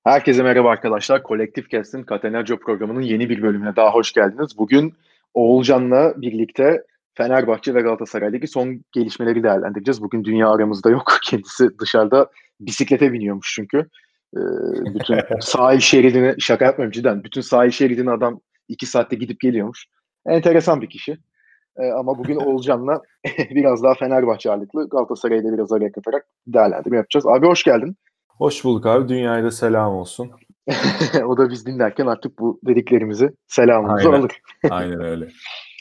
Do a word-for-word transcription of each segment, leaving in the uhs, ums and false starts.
Herkese merhaba arkadaşlar. Kolektif Cast'in Catenaccio programının yeni bir bölümüne daha hoş geldiniz. Bugün Oğulcan'la birlikte Fenerbahçe ve Galatasaray'daki son gelişmeleri değerlendireceğiz. Bugün dünya aramızda yok. Kendisi dışarıda bisiklete biniyormuş çünkü. Ee, bütün sahil şeridini, şaka yapmıyorum cidden, bütün sahil şeridini adam iki saatte gidip geliyormuş. Enteresan bir kişi. Ee, ama bugün Oğulcan'la biraz daha Fenerbahçe ağırlıklı, Galatasaray'ı da biraz araya katarak değerlendirme yapacağız. Abi hoş geldin. Hoş bulduk abi. Dünyaya da selam olsun. O da biz dinlerken artık bu dediklerimizi selamımızı Aynen. alır. Aynen öyle.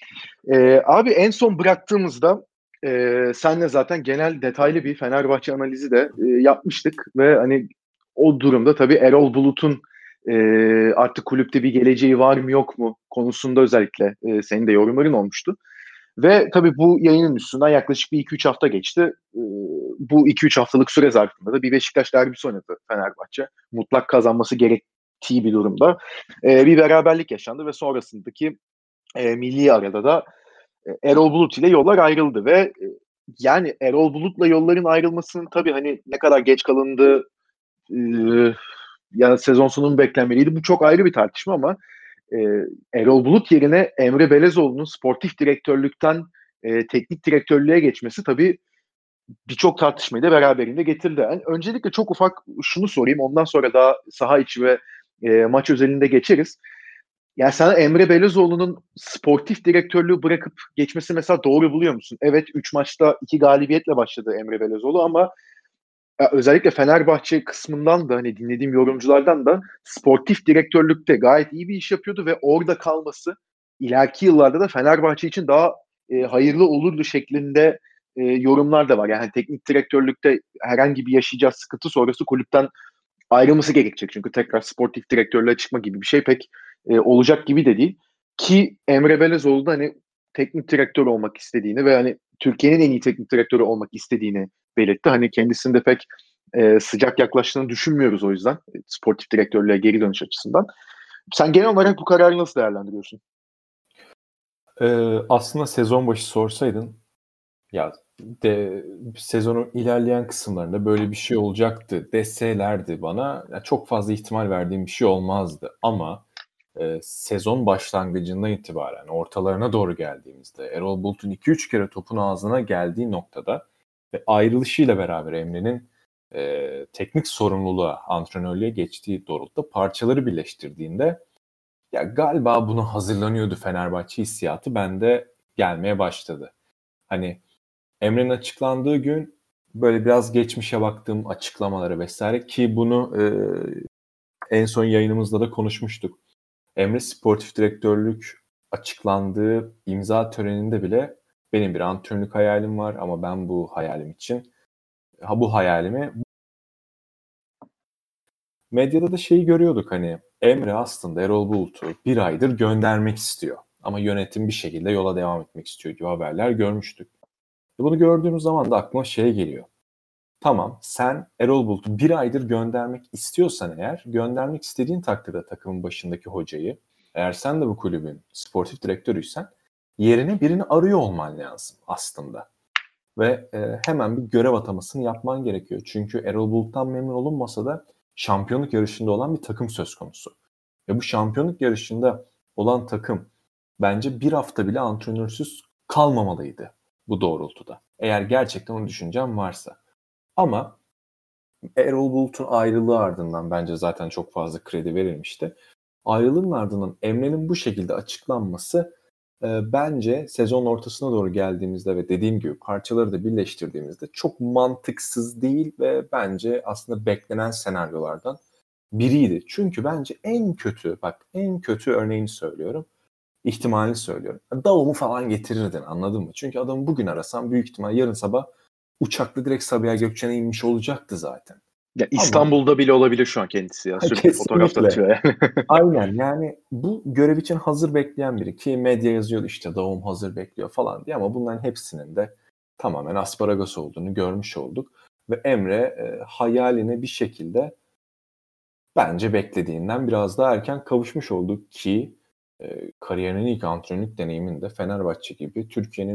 Ee, abi en son bıraktığımızda e, senle zaten genel detaylı bir Fenerbahçe analizi de e, yapmıştık ve hani o durumda tabii Erol Bulut'un e, artık kulüpte bir geleceği var mı yok mu konusunda özellikle e, senin de yorumların olmuştu. Ve tabii bu yayının üstünden yaklaşık bir iki üç hafta geçti. Ee, bu iki üç haftalık süre zarfında da bir Beşiktaş derbisi oynadı Fenerbahçe. Mutlak kazanması gerektiği bir durumda. Ee, bir beraberlik yaşandı ve sonrasındaki e, milli arada da e, Erol Bulut ile yollar ayrıldı ve e, yani Erol Bulut'la yolların ayrılmasının tabii hani ne kadar geç kalındı, e, ya sezon sonu mu beklenmeliydi, bu çok ayrı bir tartışma ama e, Erol Bulut yerine Emre Belezoğlu'nun sportif direktörlükten e, teknik direktörlüğe geçmesi tabii birçok tartışmayı da beraberinde getirdi. Yani öncelikle çok ufak şunu sorayım, ondan sonra daha saha içi ve e, maç özelinde geçeriz. Yani sana Emre Belezoğlu'nun sportif direktörlüğü bırakıp geçmesi mesela doğru buluyor musun? Evet, üç maçta iki galibiyetle başladı Emre Belezoğlu ama ya özellikle Fenerbahçe kısmından da hani dinlediğim yorumculardan da sportif direktörlükte gayet iyi bir iş yapıyordu ve orada kalması ileriki yıllarda da Fenerbahçe için daha e, hayırlı olurdu şeklinde e, yorumlar da var. Yani teknik direktörlükte herhangi bir yaşayacağı sıkıntı sonrası kulüpten ayrılması gerekecek. Çünkü tekrar sportif direktörlüğe çıkma gibi bir şey pek e, olacak gibi de değil. Ki Emre Belezoğlu da hani teknik direktör olmak istediğini ve hani Türkiye'nin en iyi teknik direktörü olmak istediğini belirtti. Hani kendisinde pek e, sıcak yaklaştığını düşünmüyoruz o yüzden. E, sportif direktörlüğe geri dönüş açısından. Sen genel olarak bu kararı nasıl değerlendiriyorsun? Ee, aslında sezon başı sorsaydın ya de sezonun ilerleyen kısımlarında böyle bir şey olacaktı deselerdi bana ya çok fazla ihtimal verdiğim bir şey olmazdı. Ama e, sezon başlangıcından itibaren ortalarına doğru geldiğimizde Erol Bulut'un iki üç kere topun ağzına geldiği noktada ve ayrılışıyla beraber Emre'nin e, teknik sorumluluğa, antrenörlüğe geçtiği doğrultuda parçaları birleştirdiğinde ya galiba buna hazırlanıyordu Fenerbahçe hissiyatı bende gelmeye başladı. Hani Emre'nin açıklandığı gün böyle biraz geçmişe baktığım açıklamaları vesaire ki bunu e, en son yayınımızda da konuşmuştuk. Emre sportif direktörlük açıklandığı imza töreninde bile benim bir antrenörlük hayalim var ama ben bu hayalim için ha bu hayalimi medyada da şeyi görüyorduk hani Emre aslında Erol Bulut'u bir aydır göndermek istiyor. Ama yönetim bir şekilde yola devam etmek istiyor gibi haberler görmüştük. E bunu gördüğümüz zaman da aklıma şey geliyor. Tamam sen Erol Bulut'u bir aydır göndermek istiyorsan eğer göndermek istediğin takdirde takımın başındaki hocayı eğer sen de bu kulübün sportif direktörüysen yerine birini arıyor olman lazım aslında. Ve e, hemen bir görev atamasını yapman gerekiyor. Çünkü Erol Bulut'tan memnun olunmasa da şampiyonluk yarışında olan bir takım söz konusu. Ve bu şampiyonluk yarışında olan takım bence bir hafta bile antrenörsüz kalmamalıydı bu doğrultuda. Eğer gerçekten onu düşüncem varsa. Ama Erol Bulut'un ayrılığı ardından bence zaten çok fazla kredi verilmişti. Ayrılığın ardından Emre'nin bu şekilde açıklanması e, bence sezon ortasına doğru geldiğimizde ve dediğim gibi parçaları da birleştirdiğimizde çok mantıksız değil ve bence aslında beklenen senaryolardan biriydi. Çünkü bence en kötü, bak en kötü örneğini söylüyorum, ihtimalini söylüyorum. Davum'u falan getirirdin anladın mı? Çünkü adamı bugün arasam büyük ihtimal yarın sabah uçakla direkt Sabiha Gökçen'e inmiş olacaktı zaten. Ya Ama İstanbul'da bile olabilir şu an kendisi ya. Sürekli fotoğraf da kesinlikle. atıyor yani. Aynen yani bu görev için hazır bekleyen biri ki medya yazıyordu işte Davum hazır bekliyor falan diye ama bunların hepsinin de tamamen asparagas olduğunu görmüş olduk. Ve Emre e, hayaline bir şekilde bence beklediğinden biraz daha erken kavuşmuş oldu ki e, kariyerinin ilk antrenörlük deneyiminde Fenerbahçe gibi Türkiye'nin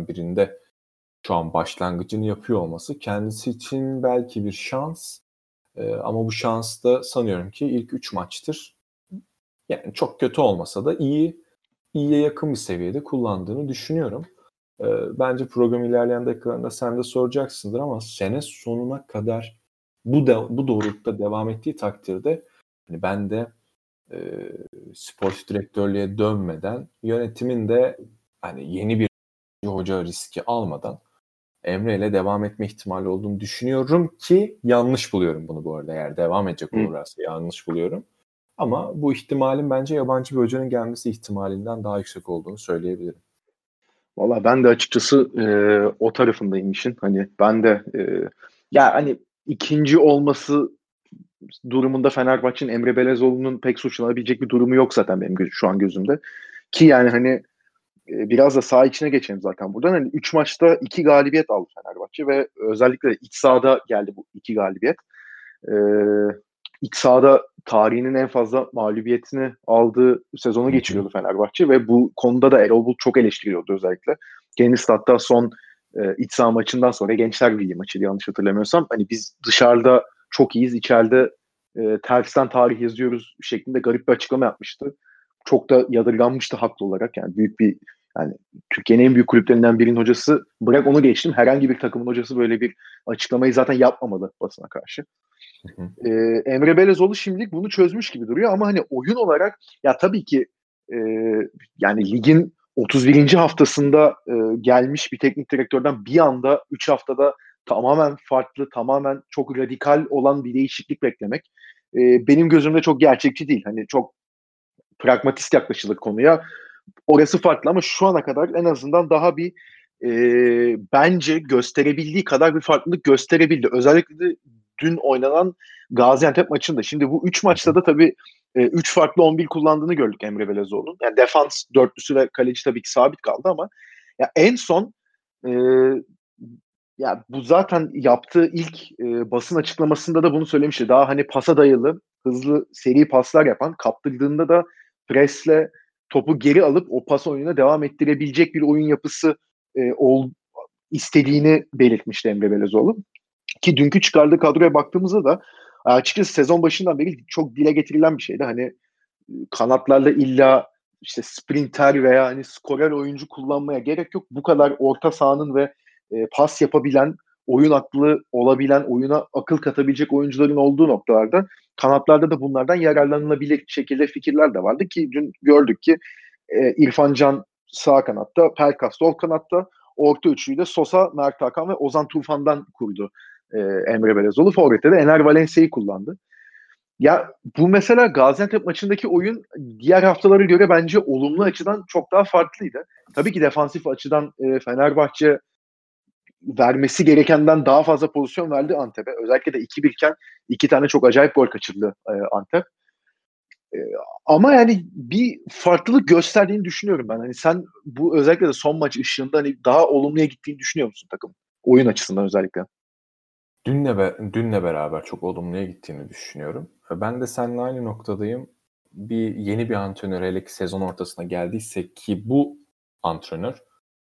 birinde şu an başlangıcını yapıyor olması kendisi için belki bir şans E, ama bu şans da sanıyorum ki ilk üç maçtır yani çok kötü olmasa da iyi, iyiye yakın bir seviyede kullandığını düşünüyorum. E, bence program ilerleyen dakikalarında sen de soracaksındır ama sene sonuna kadar bu de, bu doğrultuda devam ettiği takdirde hani ben de e, sportif direktörlüğe dönmeden yönetimin de hani yeni bir hoca riski almadan Emre ile devam etme ihtimali olduğunu düşünüyorum ki yanlış buluyorum bunu bu arada. Eğer devam edecek Hı. olurlarsa yanlış buluyorum. Ama bu ihtimalin bence yabancı bir hocanın gelmesi ihtimalinden daha yüksek olduğunu söyleyebilirim. Valla ben de açıkçası e, o tarafındayım işin. Hani ben de e, ya hani ikinci olması durumunda Fenerbahçe'nin Emre Belezoğlu'nun pek suçlanabilecek bir durumu yok zaten benim göz- şu an gözümde. Ki yani hani e, biraz da saha içine geçelim zaten buradan. Hani üç maçta iki galibiyet aldı Fenerbahçe ve özellikle iç sahada geldi bu iki galibiyet. Ee, iç sahada tarihinin en fazla mağlubiyetini aldığı sezonu Hı hı. geçiriyordu Fenerbahçe ve bu konuda da Erol Bulut çok eleştiriyordu özellikle. Kendisi de hatta son e, iç saha maçından sonra Gençler Birliği maçıydı yanlış hatırlamıyorsam. Hani biz dışarıda çok iyiyiz, içeride e, tersten tarih yazıyoruz şeklinde garip bir açıklama yapmıştı. Çok da yadırganmıştı haklı olarak. Yani büyük bir yani Türkiye'nin en büyük kulüplerinden birinin hocası, bırak onu geçtim, herhangi bir takımın hocası böyle bir açıklamayı zaten yapmamalı basına karşı. Hı hı. Ee, Emre Belezoğlu şimdilik bunu çözmüş gibi duruyor ama hani oyun olarak ya tabii ki e, yani ligin otuz birinci haftasında e, gelmiş bir teknik direktörden bir anda üç haftada tamamen farklı, tamamen çok radikal olan bir değişiklik beklemek e, benim gözümde çok gerçekçi değil. Hani çok pragmatist yaklaşılır konuya. Orası farklı ama şu ana kadar en azından daha bir e, bence gösterebildiği kadar bir farklılık gösterebildi. Özellikle de dün oynanan Gaziantep maçında. Şimdi bu üç Hı maçta hı. da tabii e, üç farklı on bir kullandığını gördük Emre Belezoğlu'nun. Yani defans dörtlüsü ve kaleci tabii ki sabit kaldı ama ya en son e, ya bu zaten yaptığı ilk e, basın açıklamasında da bunu söylemişti. Daha hani pasa dayalı, hızlı, seri paslar yapan, kaptırdığında da presle topu geri alıp o pas oyununa devam ettirebilecek bir oyun yapısı e, ol, istediğini belirtmişti Emre Belezoğlu. Ki dünkü çıkardığı kadroya baktığımızda da açıkçası sezon başından beri çok dile getirilen bir şeydi. Hani kanatlarla illa işte sprinter veya hani skorer oyuncu kullanmaya gerek yok. Bu kadar orta sahanın ve e, pas yapabilen, oyun aklı olabilen, oyuna akıl katabilecek oyuncuların olduğu noktalarda kanatlarda da bunlardan yararlanılabilir şekilde fikirler de vardı ki dün gördük ki e, İrfan Can sağ kanatta, Pelkas sol kanatta, orta üçlüyü de Sosa, Mert Hakan ve Ozan Tufan'dan kurdu e, Emre Belezoğlu. Forvet'te de Ener Valencia'yı kullandı. Ya bu mesela Gaziantep maçındaki oyun diğer haftalara göre bence olumlu açıdan çok daha farklıydı. Tabii ki defansif açıdan e, Fenerbahçe vermesi gerekenden daha fazla pozisyon verdi Antep'e. Özellikle de iki bir iken iki tane çok acayip gol kaçırdı e, Antep. E, ama yani bir farklılık gösterdiğini düşünüyorum ben. Hani sen bu özellikle de son maç ışığında hani daha olumluya gittiğini düşünüyor musun takım? Oyun açısından özellikle. Dünle, be, dünle beraber çok olumluya gittiğini düşünüyorum. Ben de seninle aynı noktadayım. Bir yeni bir antrenör hele ki sezon ortasına geldiyse ki bu antrenör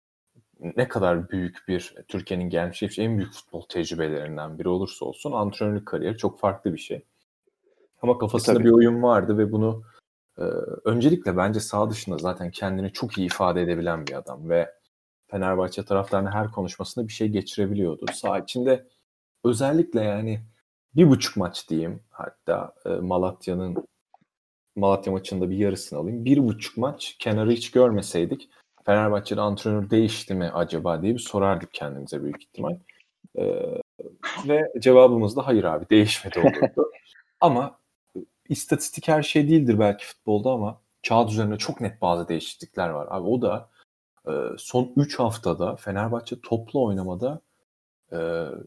ne kadar büyük bir Türkiye'nin gelmiş geçmiş en büyük futbol tecrübelerinden biri olursa olsun antrenörlük kariyeri çok farklı bir şey. Ama E kafasında tabii. bir oyun vardı ve bunu e, öncelikle bence saha dışında zaten kendini çok iyi ifade edebilen bir adam ve Fenerbahçe taraftarına her konuşmasında bir şey geçirebiliyordu. Saha içinde özellikle yani bir buçuk maç diyeyim hatta e, Malatya'nın Malatya maçında bir yarısını alayım. Bir buçuk maç kenarı hiç görmeseydik Fenerbahçe'de antrenör değişti mi acaba diye bir sorardık kendimize büyük ihtimal. Ee, ve cevabımız da hayır abi değişmedi olurdu. Ama istatistik her şey değildir belki futbolda ama kağıt üzerinde çok net bazı değişiklikler var. Abi o da e, son üç haftada Fenerbahçe toplu oynamada e,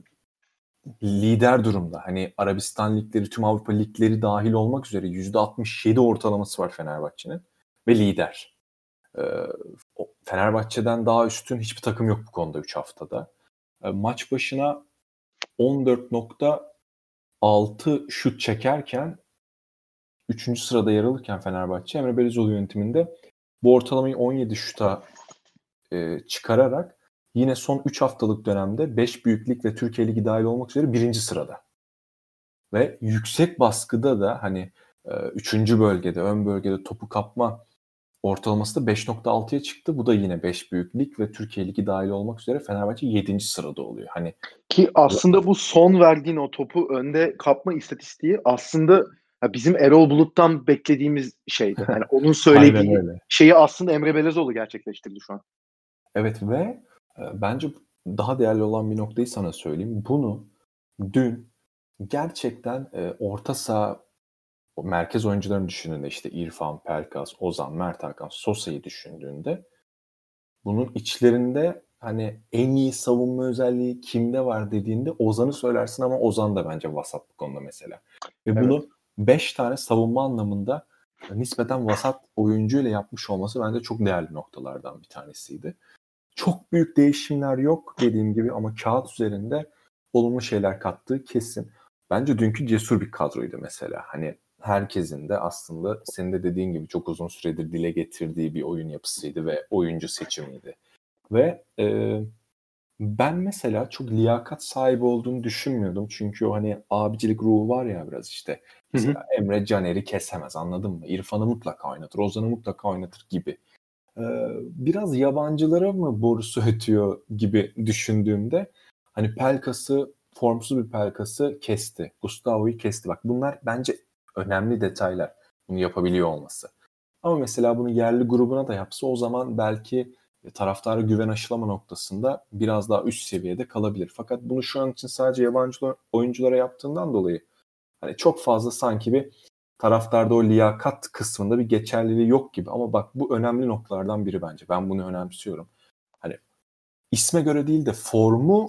lider durumda. Hani Arabistan ligleri, tüm Avrupa ligleri dahil olmak üzere yüzde altmış yedi ortalaması var Fenerbahçe'nin ve lider. Ee, Fenerbahçe'den daha üstün hiçbir takım yok bu konuda üç haftada. Ee, maç başına on dört nokta altı şut çekerken üçüncü sırada yer alırken Fenerbahçe Emre Belözoğlu yönetiminde bu ortalamayı on yedi şuta e, çıkararak yine son üç haftalık dönemde beş büyük lig ve Türkiye Ligi dahil olmak üzere birinci sırada. Ve yüksek baskıda da hani üçüncü bölgede, ön bölgede topu kapma ortalaması da beş nokta altıya çıktı. Bu da yine beş büyük lig ve Türkiye Ligi dahil olmak üzere Fenerbahçe yedinci sırada oluyor. Hani ki aslında bu son verdiğin o topu önde kapma istatistiği aslında bizim Erol Bulut'tan beklediğimiz şeydi. Yani onun aynen söylediği öyle. şeyi aslında Emre Belezoğlu gerçekleştirdi şu an. Evet ve e, bence daha değerli olan bir noktayı sana söyleyeyim. Bunu dün gerçekten e, orta saha merkez oyuncularını düşündüğünde işte İrfan, Pelkas, Ozan, Mert Hakan, Sosa'yı düşündüğünde bunun içlerinde hani en iyi savunma özelliği kimde var dediğinde Ozan'ı söylersin ama Ozan da bence vasat bu konuda mesela. Ve Evet. bunu beş tane savunma anlamında nispeten vasat oyuncuyla yapmış olması bence çok değerli noktalardan bir tanesiydi. Çok büyük değişimler yok dediğim gibi ama kağıt üzerinde olumlu şeyler kattığı kesin. Bence dünkü cesur bir kadroydu mesela. Hani herkesin de aslında senin de dediğin gibi çok uzun süredir dile getirdiği bir oyun yapısıydı ve oyuncu seçimiydi. Ve e, ben mesela çok liyakat sahibi olduğunu düşünmüyordum. Çünkü o hani abicilik ruhu var ya biraz işte. Mesela Hı hı. Emre Caner'i kesemez, anladın mı? İrfan'ı mutlaka oynatır, Ozan'ı mutlaka oynatır gibi. Ee, biraz yabancılara mı borusu ötüyor gibi düşündüğümde hani Pelkas'ı, formsuz bir Pelkas'ı kesti. Gustavo'yu kesti. Bak bunlar bence önemli detaylar. Bunu yapabiliyor olması. Ama mesela bunu yerli grubuna da yapsa o zaman belki taraftara güven aşılama noktasında biraz daha üst seviyede kalabilir. Fakat bunu şu an için sadece yabancı oyunculara yaptığından dolayı hani çok fazla sanki bir taraftarda o liyakat kısmında bir geçerliliği yok gibi. Ama bak bu önemli noktalardan biri bence. Ben bunu önemsiyorum. Hani isme göre değil de formu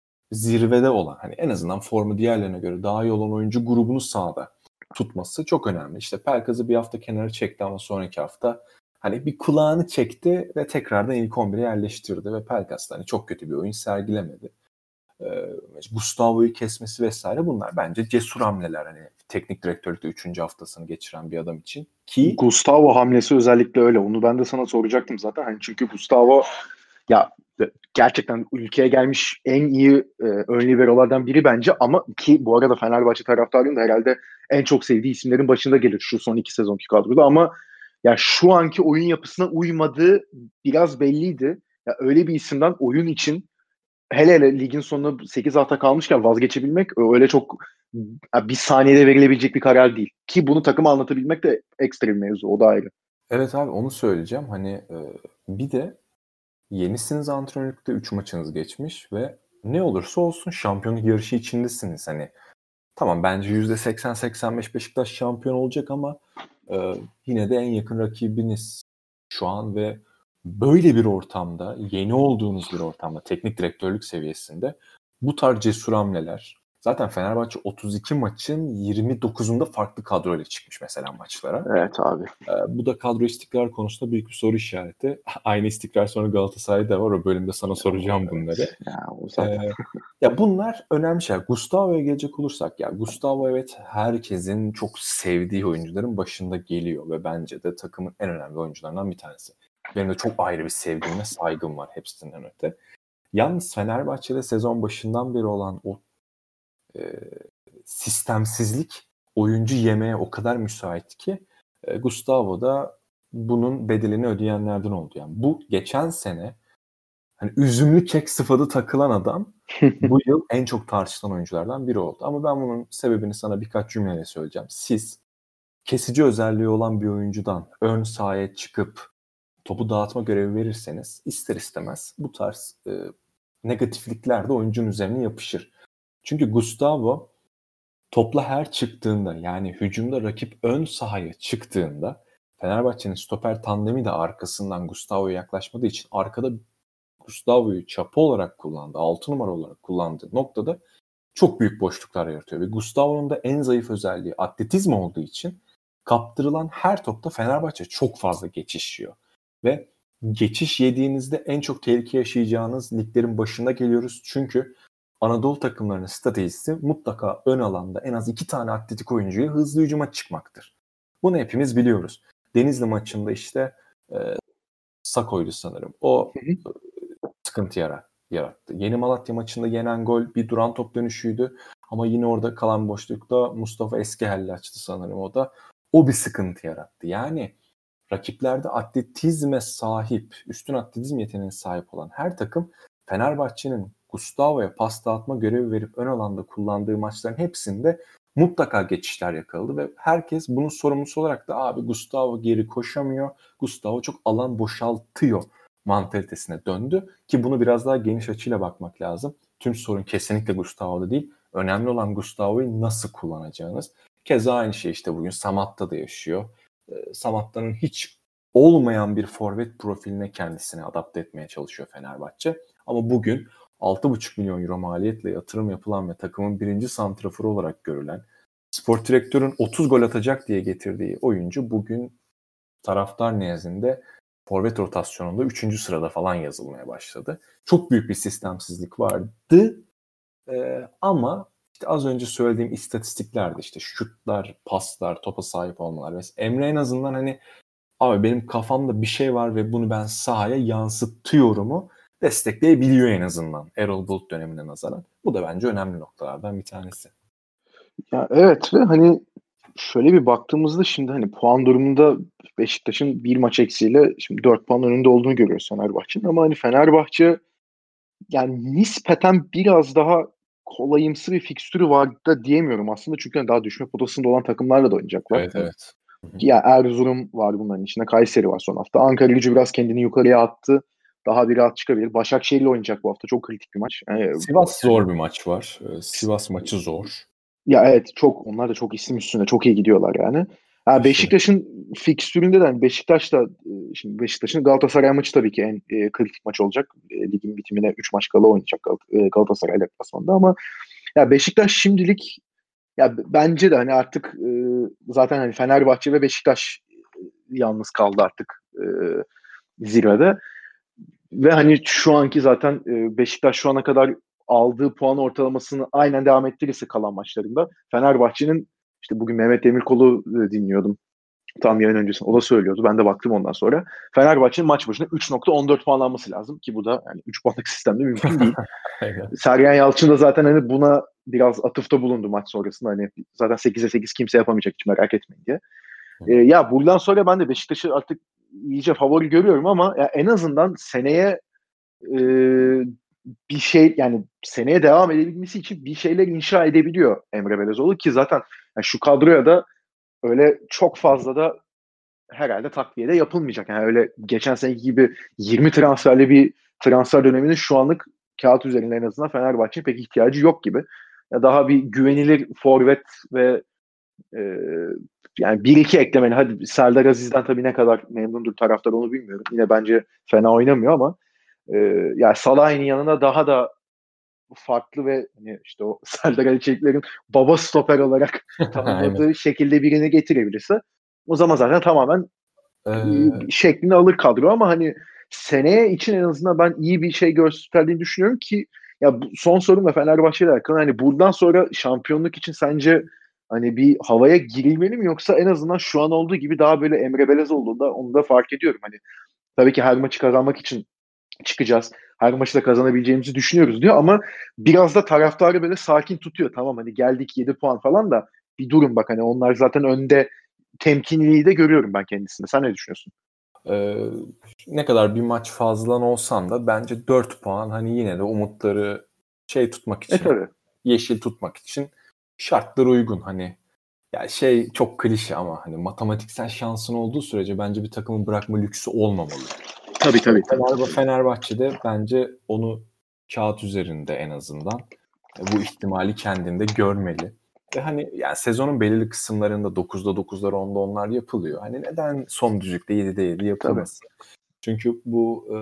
zirvede olan, hani en azından formu diğerlerine göre daha iyi olan oyuncu grubunu sahada tutması çok önemli. İşte Pelkas'ı bir hafta kenara çekti ama sonraki hafta hani bir kulağını çekti ve tekrardan ilk on bire yerleştirdi ve Pelkas da hani çok kötü bir oyun sergilemedi. Ee, Gustavo'yu kesmesi vesaire bunlar bence cesur hamleler. Hani teknik direktörlükte üçüncü haftasını geçiren bir adam için ki Gustavo hamlesi özellikle öyle. Onu ben de sana soracaktım zaten. Hani çünkü Gustavo ya gerçekten ülkeye gelmiş en iyi e, ön liberolardan biri bence ama ki bu arada Fenerbahçe taraftarının da herhalde en çok sevdiği isimlerin başında gelir şu son iki sezonki kadroda ama ya şu anki oyun yapısına uymadığı biraz belliydi. Ya öyle bir isimden oyun için hele hele ligin sonuna sekiz hafta kalmışken vazgeçebilmek öyle çok bir saniyede verilebilecek bir karar değil. Ki bunu takıma anlatabilmek de ekstra bir mevzu. O da ayrı. evet abi onu söyleyeceğim. Hani e, bir de yenisiniz, antrenörlükte üç maçınız geçmiş ve ne olursa olsun şampiyonluk yarışı içindesiniz. Hani tamam bence yüzde seksen seksen beş Beşiktaş şampiyon olacak ama e, yine de en yakın rakibiniz şu an ve böyle bir ortamda, yeni olduğunuz bir ortamda, teknik direktörlük seviyesinde bu tarz cesur hamleler. Zaten Fenerbahçe otuz iki maçın yirmi dokuzunda farklı kadroyla çıkmış mesela maçlara. Evet abi. Ee, bu da kadro istikrar konusunda büyük bir soru işareti. Aynı istikrar sonra Galatasaray'da var. O bölümde sana soracağım bunları. Evet. Ya o zaten. Ee, ya bunlar önemli şeyler. Gustavo'ya gelecek olursak ya Gustavo evet herkesin çok sevdiği oyuncuların başında geliyor ve bence de takımın en önemli oyuncularından bir tanesi. Benim de çok ayrı bir sevgim ve saygım var hepsinden öte. Yalnız Fenerbahçe'de sezon başından beri olan o e, sistemsizlik oyuncu yemeye o kadar müsait ki e, Gustavo da bunun bedelini ödeyenlerden oldu. Yani bu geçen sene hani üzümlü kek sıfatı takılan adam bu yıl en çok tartışılan oyunculardan biri oldu. Ama ben bunun sebebini sana birkaç cümleyle söyleyeceğim. Siz kesici özelliği olan bir oyuncudan ön sahaya çıkıp topu dağıtma görevi verirseniz ister istemez bu tarz e, negatiflikler de oyuncunun üzerine yapışır. Çünkü Gustavo topla her çıktığında yani hücumda rakip ön sahaya çıktığında Fenerbahçe'nin stoper tandemi de arkasından Gustavo'ya yaklaşmadığı için arkada Gustavo'yu çapa olarak kullandı, altı numara olarak kullandığı noktada çok büyük boşluklar yaratıyor. Ve Gustavo'nun da en zayıf özelliği atletizm olduğu için kaptırılan her topta Fenerbahçe çok fazla geçiş yiyor. Ve geçiş yediğinizde en çok tehlike yaşayacağınız liglerin başında geliyoruz. Çünkü Anadolu takımlarının stratejisi mutlaka ön alanda en az iki tane atletik oyuncuya hızlı hücuma çıkmaktır. Bunu hepimiz biliyoruz. Denizli maçında işte e, Sako'ydu sanırım. O sıkıntı yarattı. Yeni Malatya maçında yenen gol bir duran top dönüşüydü. Ama yine orada kalan boşlukta Mustafa Eskihelli açtı sanırım o da. O bir sıkıntı yarattı. Yani rakiplerde atletizme sahip, üstün atletizm yeteneğine sahip olan her takım Fenerbahçe'nin Gustavo'ya pas dağıtma görevi verip ön alanda kullandığı maçların hepsinde mutlaka geçişler yakaladı ve herkes bunun sorumlusu olarak da abi Gustavo geri koşamıyor, Gustavo çok alan boşaltıyor mantalitesine döndü ki bunu biraz daha geniş açıyla bakmak lazım. Tüm sorun kesinlikle Gustavo'da değil. Önemli olan Gustavo'yu nasıl kullanacağınız. Keza aynı şey işte bugün Samatta da yaşıyor. Ee, Samatta'nın hiç olmayan bir forvet profiline kendisini adapte etmeye çalışıyor Fenerbahçe. Ama bugün altı buçuk milyon euro maliyetle yatırım yapılan ve takımın birinci santraforu olarak görülen, spor direktörün otuz gol atacak diye getirdiği oyuncu bugün taraftar nezdinde forvet rotasyonunda üçüncü sırada falan yazılmaya başladı. Çok büyük bir sistemsizlik vardı ee, ama işte az önce söylediğim istatistiklerde işte şutlar, paslar, topa sahip olmalar vesaire. Emre en azından hani abi benim kafamda bir şey var ve bunu ben sahaya yansıtıyorumu destekleyebiliyor en azından Erol Bulut dönemine nazaran. Bu da bence önemli noktalardan bir tanesi. Ya evet ve hani şöyle bir baktığımızda şimdi hani puan durumunda Beşiktaş'ın bir maç eksiğiyle şimdi dört puan önünde olduğunu görüyoruz Fenerbahçe'nin ama hani Fenerbahçe yani nispeten biraz daha kolayımsı bir fikstürü var da diyemiyorum aslında çünkü hani daha düşme potasında olan takımlarla da oynayacaklar. Evet evet. Hı-hı. Ya Erzurum var bunların içinde, Kayseri var son hafta. Ankaragücü biraz kendini yukarıya attı. Daha bir rahat çıkabilir. Başakşehir'le oynayacak bu hafta. Çok kritik bir maç. Yani, Sivas zor bir maç var. Ee, Sivas maçı zor. ya evet çok onlar da çok isim üstünde çok iyi gidiyorlar yani. Ha, Kesinlikle. Beşiktaş'ın fikstüründe de yani Beşiktaş da e, şimdi Beşiktaş'ın Galatasaray maçı tabii ki en e, kritik maç olacak. E, ligin bitimine üç maç kala oynayacak Gal- e, Galatasaray deplasmanında ama ya Beşiktaş şimdilik ya b- bence de hani artık e, zaten hani Fenerbahçe ve Beşiktaş e, yalnız kaldı artık e, zirvede. Ve hani şu anki zaten e, Beşiktaş şu ana kadar aldığı puan ortalamasını aynen devam ettirirse kalan maçlarında Fenerbahçe'nin işte bugün Mehmet Demirkol'u e, dinliyordum tam yayın öncesinde. O da söylüyordu. Ben de baktım ondan sonra. Fenerbahçe'nin maç başına üç nokta on dört puan alması lazım ki bu da yani üç puanlık sistemde mümkün değil. Aynen. Sergen Yalçın da zaten hani buna biraz atıfta bulundu maç sonrasında. Hani zaten sekize sekiz kimse yapamayacak hiç merak etmeyin diye. E, ya buradan sonra ben de Beşiktaş'ı artık iyice favori görüyorum ama ya en azından seneye e, bir şey yani seneye devam edebilmesi için bir şeyler inşa edebiliyor Emre Belezoğlu ki zaten yani şu kadroya da öyle çok fazla da herhalde takviye de yapılmayacak. Yani öyle geçen seneki gibi yirmi transferli bir transfer döneminin şu anlık kağıt üzerinde en azından Fenerbahçe'nin pek ihtiyacı yok gibi. Ya daha bir güvenilir forvet ve e, yani bir iki eklemeli. Hadi Serdar Aziz'den tabii ne kadar memnundur taraftar onu bilmiyorum. Yine bence fena oynamıyor ama e, yani Salah'ın yanına daha da farklı ve hani işte o Serdar Ali Çelikler'in baba stoper olarak Aynen. tanımladığı şekilde birini getirebilirse o zaman zaten tamamen e, Ee, şeklini alır kadro ama hani seneye için en azından ben iyi bir şey gösterdiğini düşünüyorum ki ya bu, son sorum da Fenerbahçe ile alakalı. Hani buradan sonra şampiyonluk için sence hani bir havaya girilmeli mi yoksa en azından şu an olduğu gibi daha böyle Emre Belezoğlu'nda onu da fark ediyorum. Hani tabii ki her maçı kazanmak için çıkacağız. Her maçı da kazanabileceğimizi düşünüyoruz diyor ama biraz da taraftarı böyle sakin tutuyor. Tamam hani geldik yedi puan falan da bir durun bak hani onlar zaten önde temkinliği de görüyorum ben kendisinde. Sen ne düşünüyorsun? e, Ne kadar bir maç fazladan olsan da bence dört puan hani yine de umutları şey tutmak E için, tabii. yeşil tutmak için şartlar uygun. Hani ya şey çok klişe ama hani matematiksel şansın olduğu sürece bence bir takımın bırakma lüksü olmamalı. Tabii tabii. tabii. Fenerbahçe, Fenerbahçe'de bence onu kağıt üzerinde en azından e, bu ihtimali kendinde görmeli. Ve hani yani sezonun belirli kısımlarında dokuzda dokuzlar, onda onlar yapılıyor. Hani neden son düzlükte yedide yedi Tabii. yapılmasın? Çünkü bu e,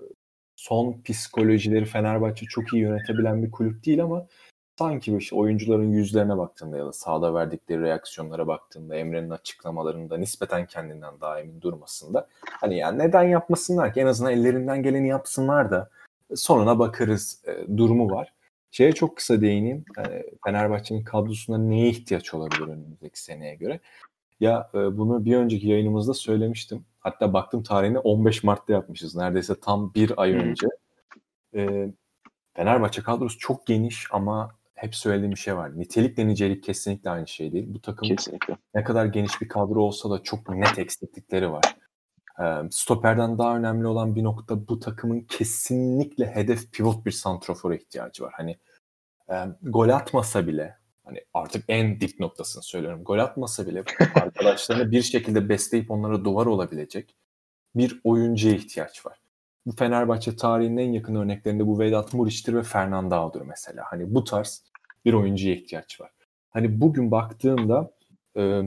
son psikolojileri Fenerbahçe çok iyi yönetebilen bir kulüp değil ama sanki işte oyuncuların yüzlerine baktığında ya da sahada verdikleri reaksiyonlara baktığında Emre'nin açıklamalarında nispeten kendinden daha emin durmasında hani yani neden yapmasınlar ki en azından ellerinden geleni yapsınlar da sonuna bakarız e, durumu var. Şeye çok kısa değineyim. E, Fenerbahçe'nin kadrosunda neye ihtiyaç olabilir önümüzdeki seneye göre? Ya e, bunu bir önceki yayınımızda söylemiştim. Hatta baktım tarihine on beş Mart'ta yapmışız. Neredeyse tam bir ay Hı-hı. önce. E, Fenerbahçe kadrosu çok geniş ama hep söylediğim bir şey var. Nitelikle nicelik kesinlikle aynı şey değil. Bu takım Kesinlikle. ne kadar geniş bir kadro olsa da çok net eksiklikleri var. Stoperden daha önemli olan bir nokta, bu takımın kesinlikle hedef pivot bir santrafora ihtiyacı var. Hani e, gol atmasa bile, hani artık en dip noktasını söylüyorum. Gol atmasa bile arkadaşlarını bir şekilde besleyip onlara duvar olabilecek bir oyuncuya ihtiyaç var. Bu Fenerbahçe tarihinin en yakın örneklerinde bu Vedat Muriç'tir ve Fernandao'dur mesela. Hani bu tarz bir oyuncuya ihtiyaç var. Hani bugün baktığımda e,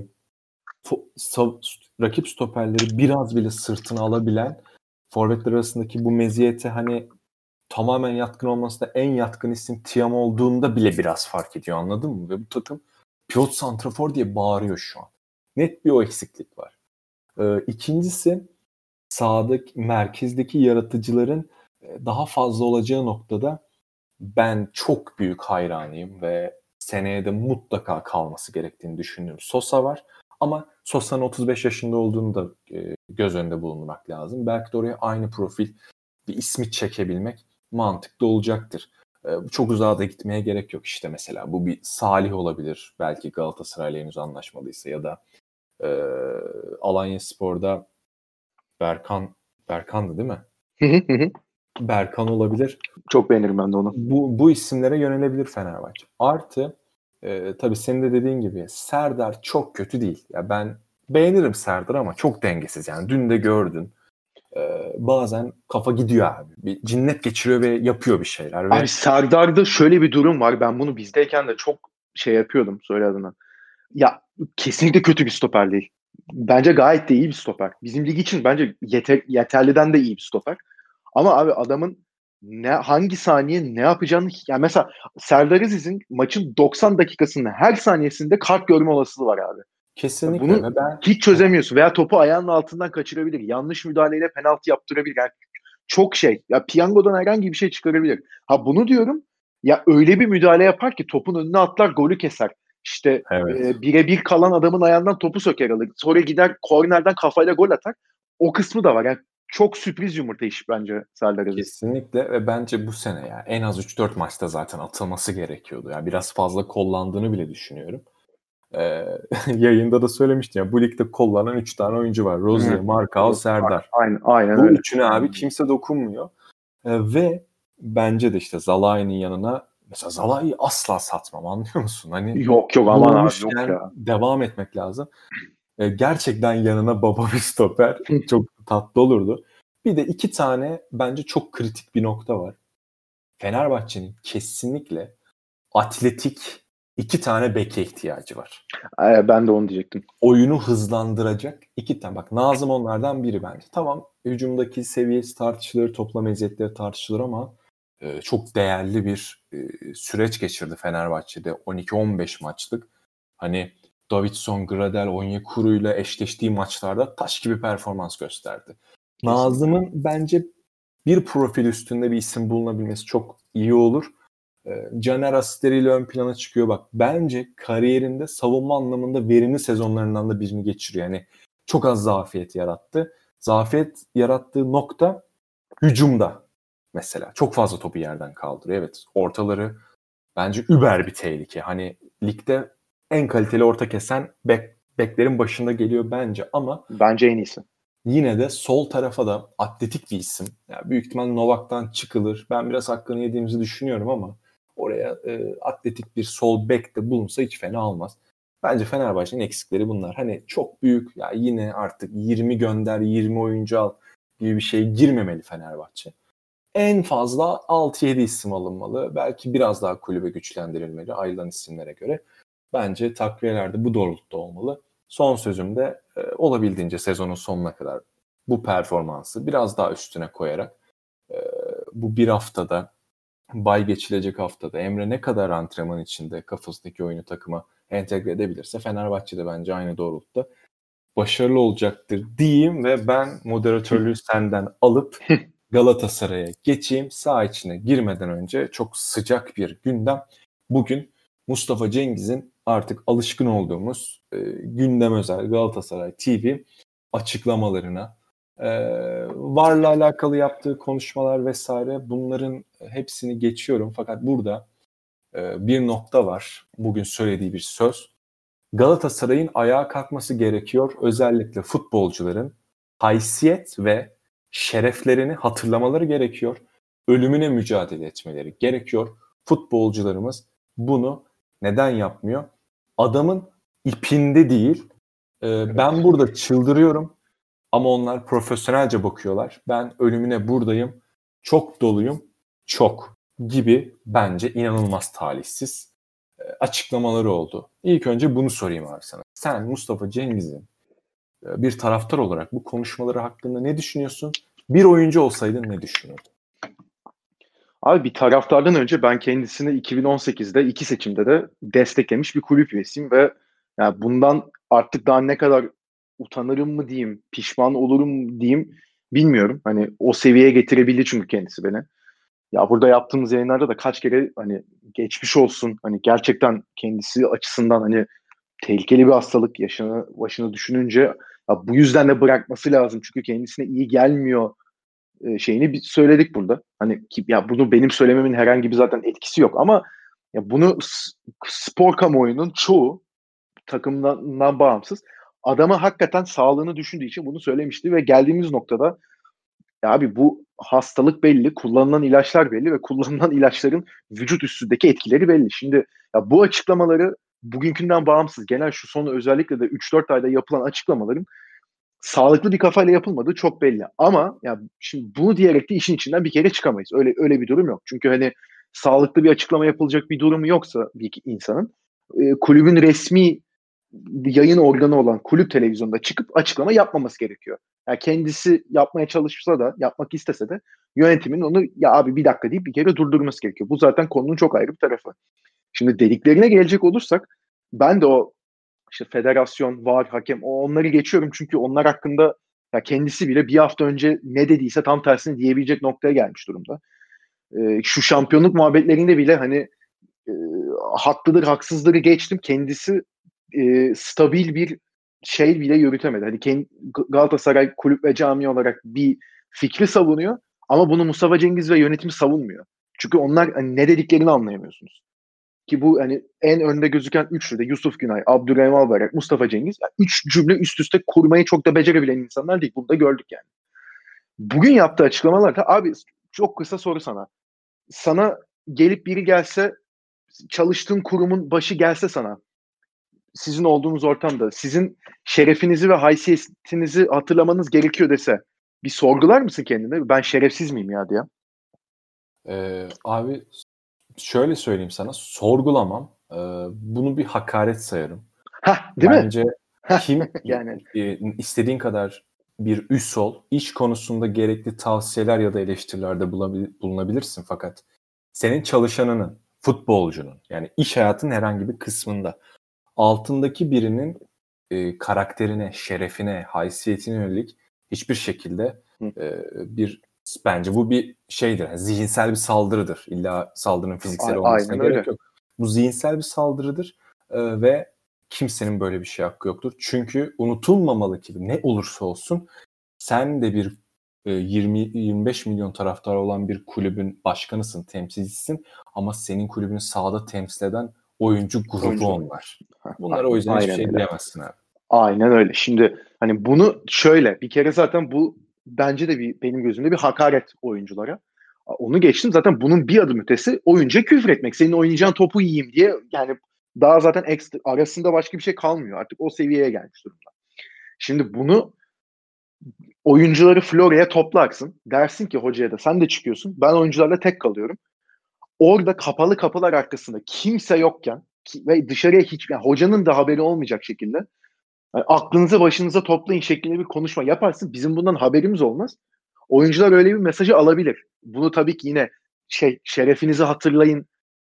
rakip stoperleri biraz bile sırtına alabilen forvetler arasındaki bu meziyete hani tamamen yatkın olması da en yatkın isim Tiam olduğunda bile biraz fark ediyor, anladın mı? Ve bu takım pivot santrafor diye bağırıyor şu an. Net bir o eksiklik var. Ee, ikincisi sahadaki, merkezdeki yaratıcıların daha fazla olacağı noktada ben çok büyük hayranıyım ve seneye de mutlaka kalması gerektiğini düşünüyorum. Sosa var ama Sosa'nın otuz beş yaşında olduğunu da e, göz önünde bulundurmak lazım. Belki de oraya aynı profil bir ismi çekebilmek mantıklı olacaktır. E, çok uzağa da gitmeye gerek yok işte mesela. Bu bir Salih olabilir. Belki Galatasaray'la henüz anlaşmalıysa ya da e, Alanyaspor'da Berkan Berkan'dı değil mi? Berkan olabilir. Çok beğenirim ben de onu. Bu, bu isimlere yönelebilir Fenerbahçe. Artı e, tabii senin de dediğin gibi Serdar çok kötü değil. Ya ben beğenirim Serdar ama çok dengesiz. Yani dün de gördün. E, bazen kafa gidiyor abi. Bir cinnet geçiriyor ve yapıyor bir şeyler. Ve Abi Serdar'da şöyle bir durum var. Ben bunu bizdeyken de çok şey yapıyordum, söyle adına. Ya kesinlikle kötü bir stoper değil. Bence gayet de iyi bir stoper. Bizim lig için bence yeter, yeterliden de iyi bir stoper. Ama abi adamın ne hangi saniye ne yapacağını, yani mesela Serdar Aziz'in maçın doksan dakikasında her saniyesinde kart görme olasılığı var abi. Ya kesinlikle bunu ve ben hiç çözemiyorsun veya topu ayağının altından kaçırabilir. Yanlış müdahaleyle penaltı yaptırabilir. Yani çok şey. Ya piyangodan herhangi bir şey çıkarabilir. Ha bunu diyorum. Ya öyle bir müdahale yapar ki topun önüne atlar, golü keser. İşte evet. e, birebir kalan adamın ayağından topu söker alır. Sonra gider kornerden kafayla gol atar. O kısmı da var. Yani çok sürpriz yumurta iş bence Serdar Aziz. Kesinlikle ve bence bu sene ya en az üç dört maçta zaten atılması gerekiyordu. Yani biraz fazla kollandığını bile düşünüyorum. Ee, yayında da söylemiştim ya, bu ligde kollanan üç tane oyuncu var. Rozier, Markao, Serdar. Aynen, aynen Bu öyle. üçüne abi kimse dokunmuyor. Ee, ve bence de işte Zalai'nin yanına mesela Zalai'yi asla satmam, anlıyor musun? Hani Yok yok aman abi yok bulmuşken ya. devam etmek lazım. Ee, gerçekten yanına baba bir stoper çok tatlı olurdu. Bir de iki tane bence çok kritik bir nokta var. Fenerbahçe'nin kesinlikle atletik iki tane beke ihtiyacı var. Ee, ben de onu diyecektim. Oyunu hızlandıracak iki tane. Bak Nazım onlardan biri bence. Tamam, hücumdaki seviyesi tartışılır, toplam eziyetleri tartışılır ama e, çok değerli bir e, süreç geçirdi Fenerbahçe'de. on iki on beş maçlık. Hani Davidson, Gradel, Onyekuru'yla eşleştiği maçlarda taş gibi performans gösterdi. Kesinlikle. Nazım'ın bence bir profil üstünde bir isim bulunabilmesi çok iyi olur. Caner asistleriyle ön plana çıkıyor. Bak bence kariyerinde savunma anlamında verimli sezonlarından da birini geçiriyor. Yani çok az zafiyet yarattı. Zafiyet yarattığı nokta hücumda mesela. Çok fazla topu yerden kaldırıyor. Evet, ortaları bence über bir tehlike. Hani ligde en kaliteli orta kesen bek, beklerin başında geliyor bence ama Bence en iyisi. yine de sol tarafa da atletik bir isim. Yani büyük ihtimal Novak'tan çıkılır. Ben biraz hakkını yediğimizi düşünüyorum ama oraya e, atletik bir sol bek de bulunsa hiç fena olmaz. Bence Fenerbahçe'nin eksikleri bunlar. Hani çok büyük ya yine artık yirmi gönder yirmi oyuncu al gibi bir şey girmemeli Fenerbahçe. En fazla altı yedi isim alınmalı. Belki biraz daha kulübe güçlendirilmeli ayrılan isimlere göre. Bence takviyeler de bu doğrultuda olmalı. Son sözüm de e, olabildiğince sezonun sonuna kadar bu performansı biraz daha üstüne koyarak e, bu bir haftada, bay geçilecek haftada Emre ne kadar antrenman içinde kafasındaki oyunu takıma entegre edebilirse Fenerbahçe de bence aynı doğrultuda başarılı olacaktır diyeyim ve ben moderatörlüğü senden alıp Galatasaray'a geçeyim. Saha içine girmeden önce çok sıcak bir gündem. Bugün Mustafa Cengiz'in artık alışkın olduğumuz e, gündem özel Galatasaray T V açıklamalarına, e, VAR'la alakalı yaptığı konuşmalar vesaire, bunların hepsini geçiyorum. Fakat burada e, bir nokta var. Bugün söylediği bir söz. Galatasaray'ın ayağa kalkması gerekiyor. Özellikle futbolcuların haysiyet ve şereflerini hatırlamaları gerekiyor. Ölümüne mücadele etmeleri gerekiyor. Futbolcularımız bunu neden yapmıyor? Adamın ipinde değil. Ee, Evet. Ben burada çıldırıyorum ama onlar profesyonelce bakıyorlar. Ben ölümüne buradayım. Çok doluyum. Çok gibi bence inanılmaz talihsiz e, açıklamaları oldu. İlk önce bunu sorayım abi sana. Sen Mustafa Cengiz'in e, bir taraftar olarak bu konuşmaları hakkında ne düşünüyorsun? Bir oyuncu olsaydın ne düşünürdün? Abi bir taraftardan önce ben kendisini iki bin on sekizde iki seçimde de desteklemiş bir kulüp üyesiyim ve yani bundan artık daha ne kadar utanırım mı diyeyim, pişman olurum mu diyeyim bilmiyorum. Hani o seviyeye getirebildi çünkü kendisi beni. Ya burada yaptığımız yayınlarda da kaç kere hani geçmiş olsun, hani gerçekten kendisi açısından hani tehlikeli bir hastalık, yaşını başını düşününce ya bu yüzden de bırakması lazım çünkü kendisine iyi gelmiyor e, şeyini bir söyledik burada. Hani ki, ya bunu benim söylememin herhangi bir zaten etkisi yok ama ya bunu s- spor kamuoyunun çoğu takımdan bağımsız adama hakikaten sağlığını düşündüğü için bunu söylemişti ve geldiğimiz noktada ya abi bu hastalık belli, kullanılan ilaçlar belli ve kullanılan ilaçların vücut üstündeki etkileri belli. Şimdi ya bu açıklamaları bugünkünden bağımsız genel şu son özellikle de üç dört ayda yapılan açıklamaların sağlıklı bir kafayla yapılmadığı çok belli. Ama ya şimdi bunu diyerek de işin içinden bir kere çıkamayız. Öyle öyle bir durum yok. Çünkü hani sağlıklı bir açıklama yapılacak bir durumu yoksa bir insanın e, kulübün resmi yayın organı olan kulüp televizyonda çıkıp açıklama yapmaması gerekiyor. Yani kendisi yapmaya çalışsa da, yapmak istese de yönetimin onu ya abi bir dakika deyip bir kere durdurması gerekiyor. Bu zaten konunun çok ayrı bir tarafı. Şimdi dediklerine gelecek olursak ben de o işte federasyon, var, hakem o onları geçiyorum çünkü onlar hakkında ya kendisi bile bir hafta önce ne dediyse tam tersini diyebilecek noktaya gelmiş durumda. Ee, şu şampiyonluk muhabbetlerinde bile hani e, haklıdır haksızları geçtim kendisi e, stabil bir şey bile yürütemedi. Hani kendi, Galatasaray kulüp ve cami olarak bir fikri savunuyor ama bunu Mustafa Cengiz ve yönetimi savunmuyor. Çünkü onlar hani ne dediklerini anlayamıyorsunuz. Ki bu hani en önde gözüken üçlü de Yusuf Günay, Abdurrahim Albayrak, Mustafa Cengiz. Yani üç cümle üst üste kurmayı çok da becerebilen insanlar değil. Bunu da gördük yani. Bugün yaptığı açıklamalarda abi çok kısa soru sana. Sana gelip biri gelse çalıştığın kurumun başı gelse sana sizin olduğunuz ortamda sizin şerefinizi ve haysiyetinizi hatırlamanız gerekiyor dese bir sorgular mısın kendine? Ben şerefsiz miyim ya diye. Ee, abi şöyle söyleyeyim sana, sorgulamam. Ee, bunu bir hakaret sayarım. Hah, değil mi? Bence kim Yani e, istediğin kadar bir üs ol, iş konusunda gerekli tavsiyeler ya da eleştirilerde bulabil- bulunabilirsin fakat senin çalışanının, futbolcunun yani iş hayatının herhangi bir kısmında altındaki birinin e, karakterine, şerefine, haysiyetine yönelik hiçbir şekilde hı, e, bir bence bu bir şeydir. Yani zihinsel bir saldırıdır. İlla saldırının fiziksel a- olmasına aynen gerek öyle. yok. Bu zihinsel bir saldırıdır e, ve kimsenin böyle bir şey hakkı yoktur. Çünkü unutulmamalı ki ne olursa olsun sen de bir e, yirmi yirmi beş milyon taraftar olan bir kulübün başkanısın, temsilcisisin ama senin kulübünü sahada temsil eden oyuncu grubu Oyuncular. onlar. Hah, Bunlara o aynen, yüzden hiçbir aynen şey öyle. diyemezsin abi. Aynen öyle. Şimdi hani bunu şöyle bir kere zaten bu bence de bir benim gözümde bir hakaret oyunculara. Onu geçtim zaten bunun bir adım ötesi oyuncuya küfür etmek. Senin oynayacağın topu yiyeyim diye yani daha zaten ekstra, arasında başka bir şey kalmıyor. Artık o seviyeye gelmiş durumda. Şimdi bunu oyuncuları Florya'ya toplarsın. Dersin ki hocaya da sen de çıkıyorsun. Ben oyuncularla tek kalıyorum. Orada kapalı kapılar arkasında kimse yokken ki, ve dışarıya hiç yani hocanın da haberi olmayacak şekilde yani aklınızı başınıza toplayın şeklinde bir konuşma yaparsın. Bizim bundan haberimiz olmaz. Oyuncular öyle bir mesajı alabilir. Bunu tabii ki yine şey şerefinizi hatırlayın.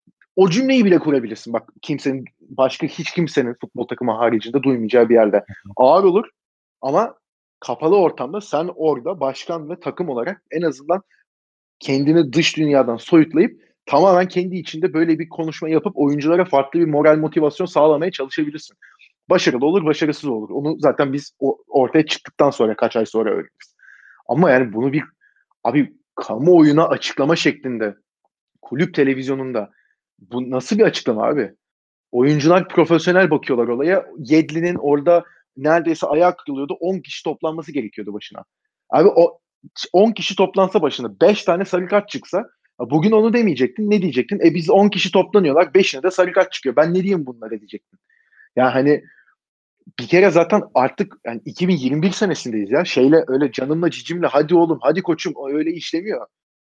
O cümleyi bile kurabilirsin. Bak kimsenin başka hiç kimsenin futbol takımı haricinde duymayacağı bir yerde. Ağır olur ama kapalı ortamda sen orada başkan ve takım olarak en azından kendini dış dünyadan soyutlayıp tamamen kendi içinde böyle bir konuşma yapıp oyunculara farklı bir moral motivasyon sağlamaya çalışabilirsin. Başarılı olur, başarısız olur. Onu zaten biz o, ortaya çıktıktan sonra kaç ay sonra öğreniriz. Ama yani bunu bir abi kamuoyuna açıklama şeklinde kulüp televizyonunda Bu nasıl bir açıklama abi? Oyuncular profesyonel bakıyorlar olaya. Yedlin'in orada neredeyse ayağı kırılıyordu. on kişi toplanması gerekiyordu başına. Abi o on kişi toplansa başına beş tane sarı kart çıksa bugün onu demeyecektin. Ne diyecektin? E biz on kişi toplanıyorlar. beşine de sarı kart çıkıyor. Ben ne diyeyim bunlara diyecektin. Yani hani bir kere zaten artık yani iki bin yirmi bir senesindeyiz ya. Şeyle öyle canımla cicimle hadi oğlum hadi koçum öyle işlemiyor.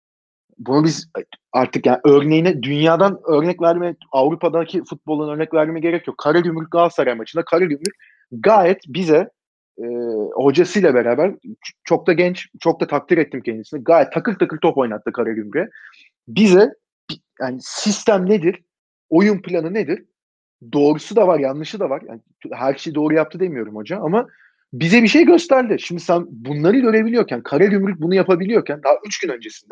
Bunu biz artık yani örneğine dünyadan örnek verme, Avrupa'daki futbolun örnek vermeye gerek yok. Karagümrük Galatasaray maçında Karagümrük gayet bize e, hocasıyla beraber çok da genç, çok da takdir ettim kendisini. Gayet takır takır top oynattı Karagümrük'e. Bize yani sistem nedir? Oyun planı nedir? Doğrusu da var, yanlışı da var. Yani her şeyi doğru yaptı demiyorum hoca ama bize bir şey gösterdi. Şimdi sen bunları görebiliyorken, Karagümrük bunu yapabiliyorken daha üç gün öncesinde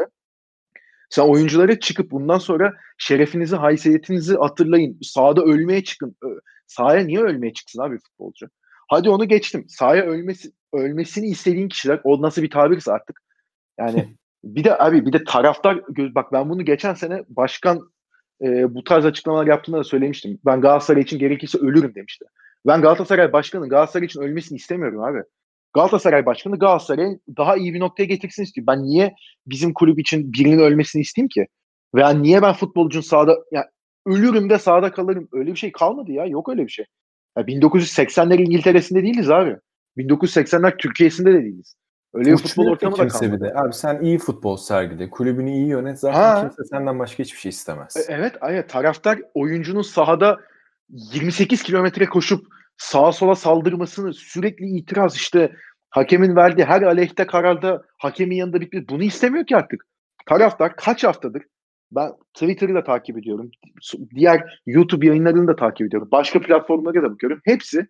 sen oyunculara çıkıp bundan sonra şerefinizi, haysiyetinizi hatırlayın. Sahada ölmeye çıkın. Sahaya niye ölmeye çıksın abi futbolcu? Hadi onu geçtim. Sahaya ölmesi, ölmesini istediğin kişiler, o nasıl bir tabirse artık. Yani bir de abi bir de taraftar, bak ben bunu geçen sene başkan e, bu tarz açıklamalar yaptığında da söylemiştim. Ben Galatasaray için gerekirse ölürüm demişti. Ben Galatasaray başkanı Galatasaray için ölmesini istemiyorum abi. Galatasaray başkanı Galatasaray'ı daha iyi bir noktaya getirsin istiyor. Ben niye bizim kulüp için birinin ölmesini isteyeyim ki? Veya niye ben futbolcunun sahada yani ölürüm de sahada kalırım. Öyle bir şey kalmadı ya. Yok öyle bir şey. Ya bin dokuz yüz seksenler İngiltere'sinde değiliz abi. bin dokuz yüz seksenler Türkiye'sinde de değiliz. Öyle bir futbol Uçmuyor ki ortamı da kimse bir kalmadı. de. Abi sen iyi futbol sergile, kulübünü iyi yönet. Zaten Ha, kimse senden başka hiçbir şey e, istemez. evet, evet. Taraftar oyuncunun sahada yirmi sekiz kilometre koşup sağa sola saldırmasını, sürekli itiraz, işte hakemin verdiği her aleyhte kararda hakemin yanında bitmiş. Bunu istemiyor ki artık. Taraftar kaç haftadır, ben Twitter'ı da takip ediyorum. Diğer YouTube yayınlarını da takip ediyorum. Başka platformlara da bakıyorum. Hepsi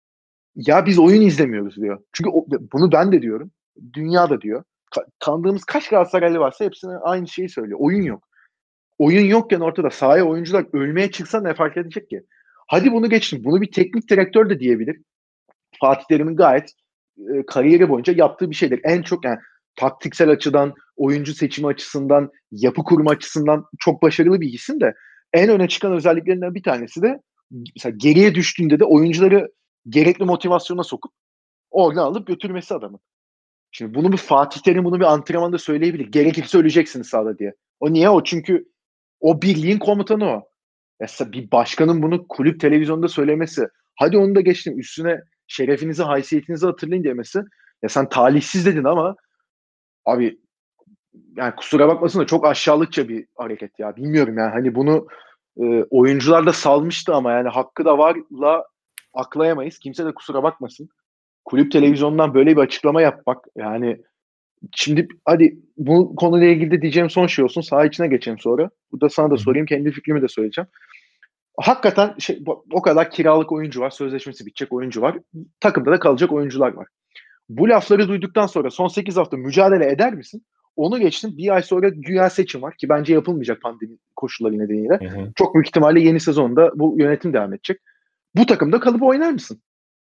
ya biz oyun izlemiyoruz diyor. Çünkü o, bunu ben de diyorum. Dünya da diyor. Ka- tanıdığımız kaç Galatasaraylı varsa hepsine aynı şeyi söylüyor. Oyun yok. Oyun yokken ortada sahaya oyuncular ölmeye çıksa ne fark edecek ki? Hadi bunu geçtim. Bunu bir teknik direktör de diyebilir. Fatih Terim'in gayet e, kariyeri boyunca yaptığı bir şeydir. En çok yani taktiksel açıdan, oyuncu seçimi açısından, yapı kurma açısından çok başarılı bir isim de en öne çıkan özelliklerinden bir tanesi de mesela geriye düştüğünde de oyuncuları gerekli motivasyona sokup oradan alıp götürmesi adamın. Şimdi bunu bir Fatih Terim bunu bir antrenmanda söyleyebilir. Gerekirse öleceksiniz sahada diye. O niye? O çünkü o birliğin komutanı o. Ya bir başkanın bunu kulüp televizyonda söylemesi, hadi onu da geçtim, üstüne şerefinizi, haysiyetinizi hatırlayın demesi. Ya sen talihsiz dedin ama abi yani kusura bakmasın da çok aşağılıkça bir hareket ya. Bilmiyorum yani hani bunu e, oyuncular da salmıştı ama yani hakkı da varla aklayamayız. Kimse de kusura bakmasın. Kulüp televizyondan böyle bir açıklama yapmak yani şimdi hadi bu konuyla ilgili de diyeceğim son şey olsun. Saha içine geçelim sonra. Burada sana da Hı hı. sorayım. Kendi fikrimi de söyleyeceğim. Hakikaten şey, o kadar kiralık oyuncu var. Sözleşmesi bitecek oyuncu var. Takımda da kalacak oyuncular var. Bu lafları duyduktan sonra son sekiz hafta mücadele eder misin? Onu geçtim. Bir ay sonra güya seçim var ki bence yapılmayacak pandemi koşulları nedeniyle. Hı hı. Çok büyük ihtimalle yeni sezonda bu yönetim devam edecek. Bu takımda kalıp oynar mısın?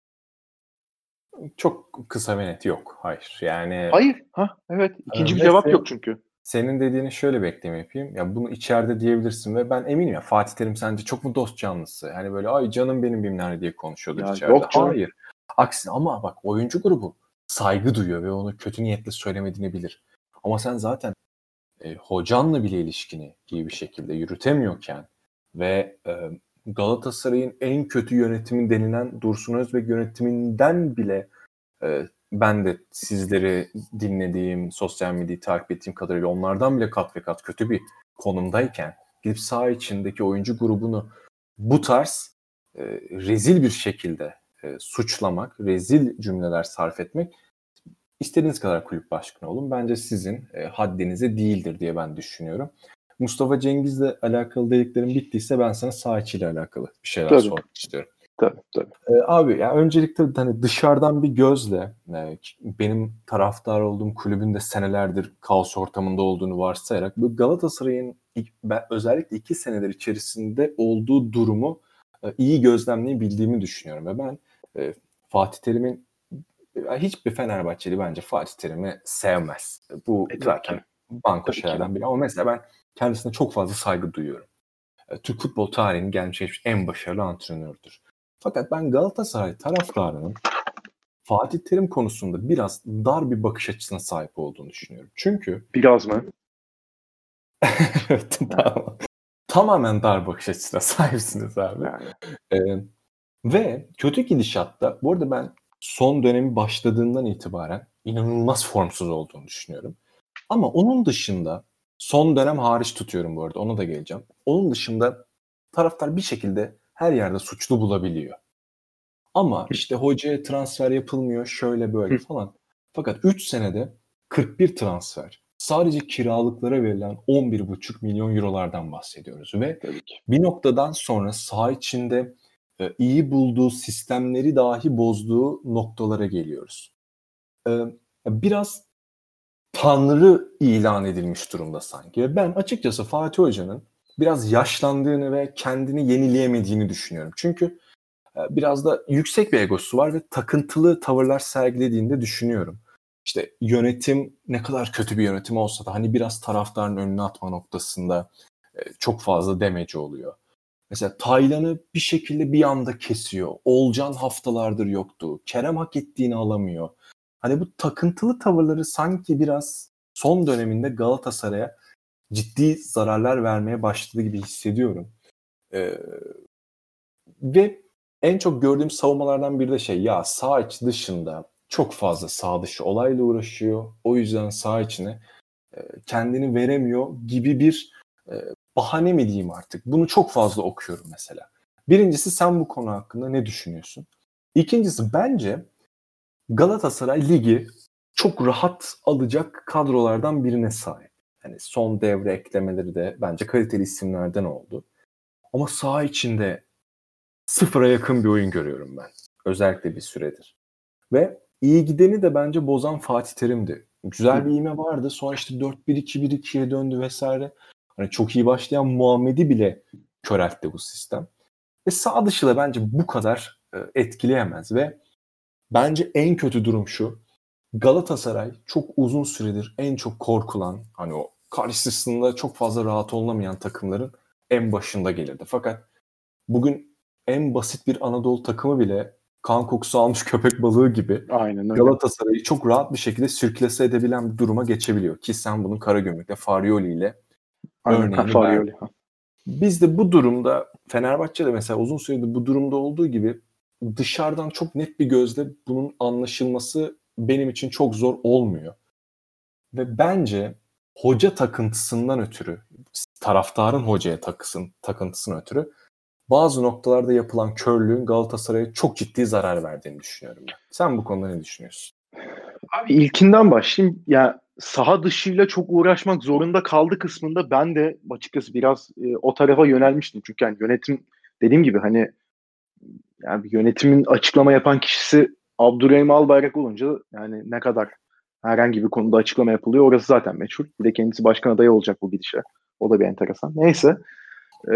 Çok kısa ve net yok. Hayır. Yani Hayır. Ha, evet. e, İkinci bir ve cevap se- yok çünkü. senin dediğini şöyle bir ekleme yapayım. Ya bunu içeride diyebilirsin ve ben eminim ya Fatih Terim sence çok mu dost canlısı? Hani böyle ay canım benim bilmem ne diye konuşuyordur Ya içeride. yok canım. Hayır. Aksine ama bak oyuncu grubu saygı duyuyor ve onu kötü niyetle söylemediğini bilir. Ama sen zaten e, hocanla bile ilişkini iyi bir şekilde yürütemiyorken ve e, Galatasaray'ın en kötü yönetimi denilen Dursun Özbek yönetiminden bile e, ben de sizleri dinlediğim, sosyal medyayı takip ettiğim kadarıyla onlardan bile kat ve kat kötü bir konumdayken gidip saha içindeki oyuncu grubunu bu tarz e, rezil bir şekilde e, suçlamak, rezil cümleler sarf etmek İstediğiniz kadar kulüp başkanı olun. Bence sizin e, haddinize değildir diye ben düşünüyorum. Mustafa Cengiz'le alakalı dediklerim bittiyse ben sana saha içiyle alakalı bir şeyler Tabii. sormak istiyorum. Tabii tabii. E, abi ya öncelikle hani dışarıdan bir gözle e, benim taraftar olduğum kulübün de senelerdir kaos ortamında olduğunu varsayarak bu Galatasaray'ın ben özellikle iki senedir içerisinde olduğu durumu e, iyi gözlemleyebildiğimi düşünüyorum ve ben e, Fatih Terim'in hiçbir Fenerbahçeli bence Fatih Terim'i sevmez. Bu E, tabii ki. zaten banko Tabii ki. şeylerden biri. Ama mesela ben kendisine çok fazla saygı duyuyorum. Türk futbol tarihinin gelmiş geçmiş en başarılı antrenördür. Fakat ben Galatasaray taraftarının Fatih Terim konusunda biraz dar bir bakış açısına sahip olduğunu düşünüyorum. Çünkü Biraz mı? tamam. Tamamen dar bakış açısına sahipsiniz abi. Yani. Ee, ve kötü gidişatta, bu arada ben son dönemi başladığından itibaren inanılmaz formsuz olduğunu düşünüyorum. Ama onun dışında, son dönem hariç tutuyorum bu arada, ona da geleceğim. Onun dışında taraftar bir şekilde her yerde suçlu bulabiliyor. Ama işte hocaya transfer yapılmıyor, şöyle böyle falan. Fakat üç senede kırk bir transfer. Sadece kiralıklara verilen on bir buçuk milyon eurolardan bahsediyoruz. Ve bir noktadan sonra saha içinde e, iyi bulduğu sistemleri dahi bozduğu noktalara geliyoruz. E, biraz tanrı ilan edilmiş durumda sanki. Ve ben açıkçası Fatih Hoca'nın biraz yaşlandığını ve kendini yenileyemediğini düşünüyorum. Çünkü biraz da yüksek bir egosu var ve takıntılı tavırlar sergilediğini de düşünüyorum. İşte yönetim ne kadar kötü bir yönetim olsa da hani biraz taraftarın önüne atma noktasında çok fazla demeci oluyor. Mesela Taylan'ı bir şekilde bir anda kesiyor. Olcan haftalardır yoktu. Kerem hak ettiğini alamıyor. Hani bu takıntılı tavırları sanki biraz son döneminde Galatasaray'a ciddi zararlar vermeye başladığı gibi hissediyorum. Ee, ve en çok gördüğüm savunmalardan biri de şey, ya sağ iç dışında çok fazla sağ dışı olayla uğraşıyor. O yüzden sağ içine e, kendini veremiyor gibi bir e, bahane mi diyeyim artık. Bunu çok fazla okuyorum mesela. Birincisi, sen bu konu hakkında ne düşünüyorsun? İkincisi, bence Galatasaray ligi çok rahat alacak kadrolardan birine sahip. Yani son devre eklemeleri de bence kaliteli isimlerden oldu. Ama saha içinde sıfıra yakın bir oyun görüyorum ben. Özellikle bir süredir. Ve iyi gideni de bence bozan Fatih Terim'di. Güzel bir ivme vardı. Sonra işte dört bir iki bir ikiye döndü vesaire. Hani çok iyi başlayan Muhammed'i bile köreltti bu sistem. Ve sağ dışı da bence bu kadar e, etkileyemez. Ve bence en kötü durum şu. Galatasaray çok uzun süredir en çok korkulan, hani o karşısında çok fazla rahat olamayan takımların en başında gelirdi. Fakat bugün en basit bir Anadolu takımı bile kan kokusu almış köpek balığı gibi Galatasaray'ı çok rahat bir şekilde sirkülese edebilen bir duruma geçebiliyor. Ki sen bunun Karagümrük'te Farioli ile örneğini verdin. Biz de bu durumda, Fenerbahçe'de mesela uzun süredir bu durumda olduğu gibi, dışarıdan çok net bir gözle bunun anlaşılması benim için çok zor olmuyor. Ve bence hoca takıntısından ötürü, taraftarın hocaya takısın, takıntısından ötürü bazı noktalarda yapılan körlüğün Galatasaray'a çok ciddi zarar verdiğini düşünüyorum ben. Sen bu konuda ne düşünüyorsun? Abi ilkinden başlayayım. Ya saha dışıyla çok uğraşmak zorunda kaldı kısmında ben de açıkçası biraz e, o tarafa yönelmiştim. Çünkü yani yönetim, dediğim gibi hani yani bir yönetimin açıklama yapan kişisi Abdurrahim Albayrak olunca yani ne kadar herhangi bir konuda açıklama yapılıyor orası zaten meçhul. Bir de kendisi başkan adayı olacak bu gidişe. O da bir enteresan. Neyse. Ee,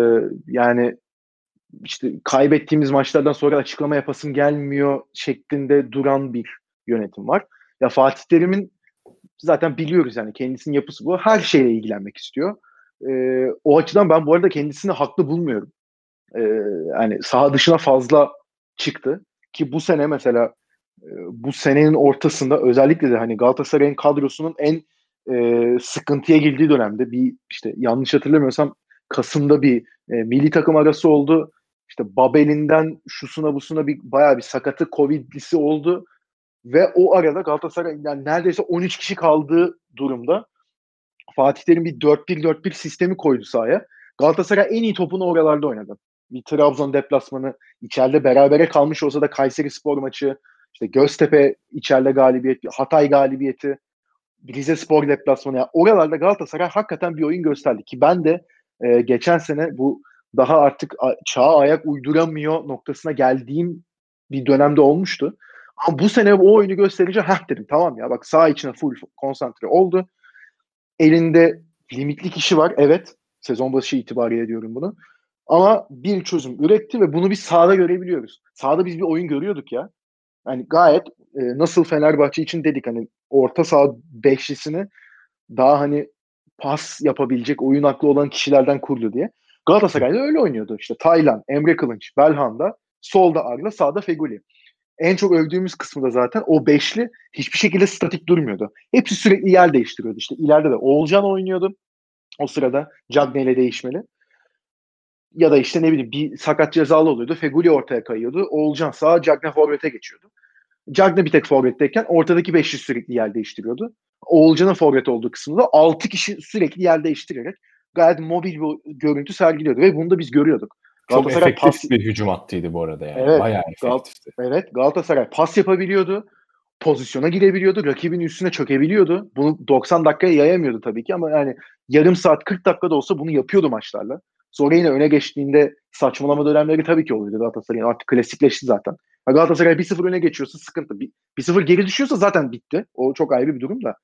yani işte kaybettiğimiz maçlardan sonra açıklama yapasım gelmiyor şeklinde duran bir yönetim var. Ya Fatih Terim'in zaten biliyoruz yani kendisinin yapısı bu. Her şeyle ilgilenmek istiyor. Ee, o açıdan ben bu arada kendisini haklı bulmuyorum. Ee, yani saha dışına fazla çıktı. Ki bu sene mesela e, bu senenin ortasında özellikle de hani Galatasaray'ın kadrosunun en e, sıkıntıya girdiği dönemde bir işte yanlış hatırlamıyorsam Kasım'da bir e, milli takım arası oldu. İşte Babel'inden şusuna busuna bir bayağı bir sakatı Covid'lisi oldu. Ve o arada Galatasaray yani neredeyse on üç kişi kaldığı durumda Fatih Terim bir dört bir dört bir sistemi koydu sahaya. Galatasaray en iyi topunu oralarda oynadı. Bir Trabzon deplasmanı, içeride berabere kalmış olsa da Kayserispor maçı, işte Göztepe içeride galibiyet, Hatay galibiyeti, Rizespor deplasmanı. Yani oralarda Galatasaray hakikaten bir oyun gösterdi ki ben de e, geçen sene bu daha artık çağa ayak uyduramıyor noktasına geldiğim bir dönemde olmuştu. Ama bu sene o oyunu gösterince heh dedim tamam ya bak sağ içine full konsantre oldu. Elinde limitli kişi var. Evet. Sezon başı itibariyle diyorum bunu. Ama bir çözüm üretti ve bunu biz sahada görebiliyoruz. Sahada biz bir oyun görüyorduk ya. Yani gayet e, nasıl Fenerbahçe için dedik hani orta saha beşlisini daha hani pas yapabilecek oyun aklı olan kişilerden kurdu diye. Galatasaray'da öyle oynuyordu. İşte Taylan, Emre Kılınç, Belhanda, solda Arda, sağda Feguli. En çok övdüğümüz kısmı da zaten o beşli hiçbir şekilde statik durmuyordu. Hepsi sürekli yer değiştiriyordu. İşte ileride de Oğulcan oynuyordu. O sırada Cagney ile değişmeli. Ya da işte ne bileyim bir sakat cezalı oluyordu. Feguli ortaya kayıyordu. Oğulcan sağa, Cagney forvete geçiyordu. Cagney bir tek forvetteyken ortadaki beşli sürekli yer değiştiriyordu. Oğulcan'ın forvet olduğu kısımda altı kişi sürekli yer değiştirerek gayet mobil bir görüntü sergiliyordu ve bunu da biz görüyorduk. Çok efektif pas... bir hücum hattıydı bu arada yani. Evet, bayağı efektifti. Gal- evet, Galatasaray pas yapabiliyordu. Pozisyona girebiliyordu. Rakibin üstüne çökebiliyordu. Bunu doksan dakikaya yayamıyordu tabii ki ama yani yarım saat kırk dakikada olsa bunu yapıyordu maçlarla. Sonra yine öne geçtiğinde saçmalama dönemleri tabii ki oluyordu Galatasaray'ın. Artık klasikleşti zaten. Galatasaray bir sıfır öne geçiyorsa sıkıntı. bir sıfır geri düşüyorsa zaten bitti. O çok ayrı bir durum da.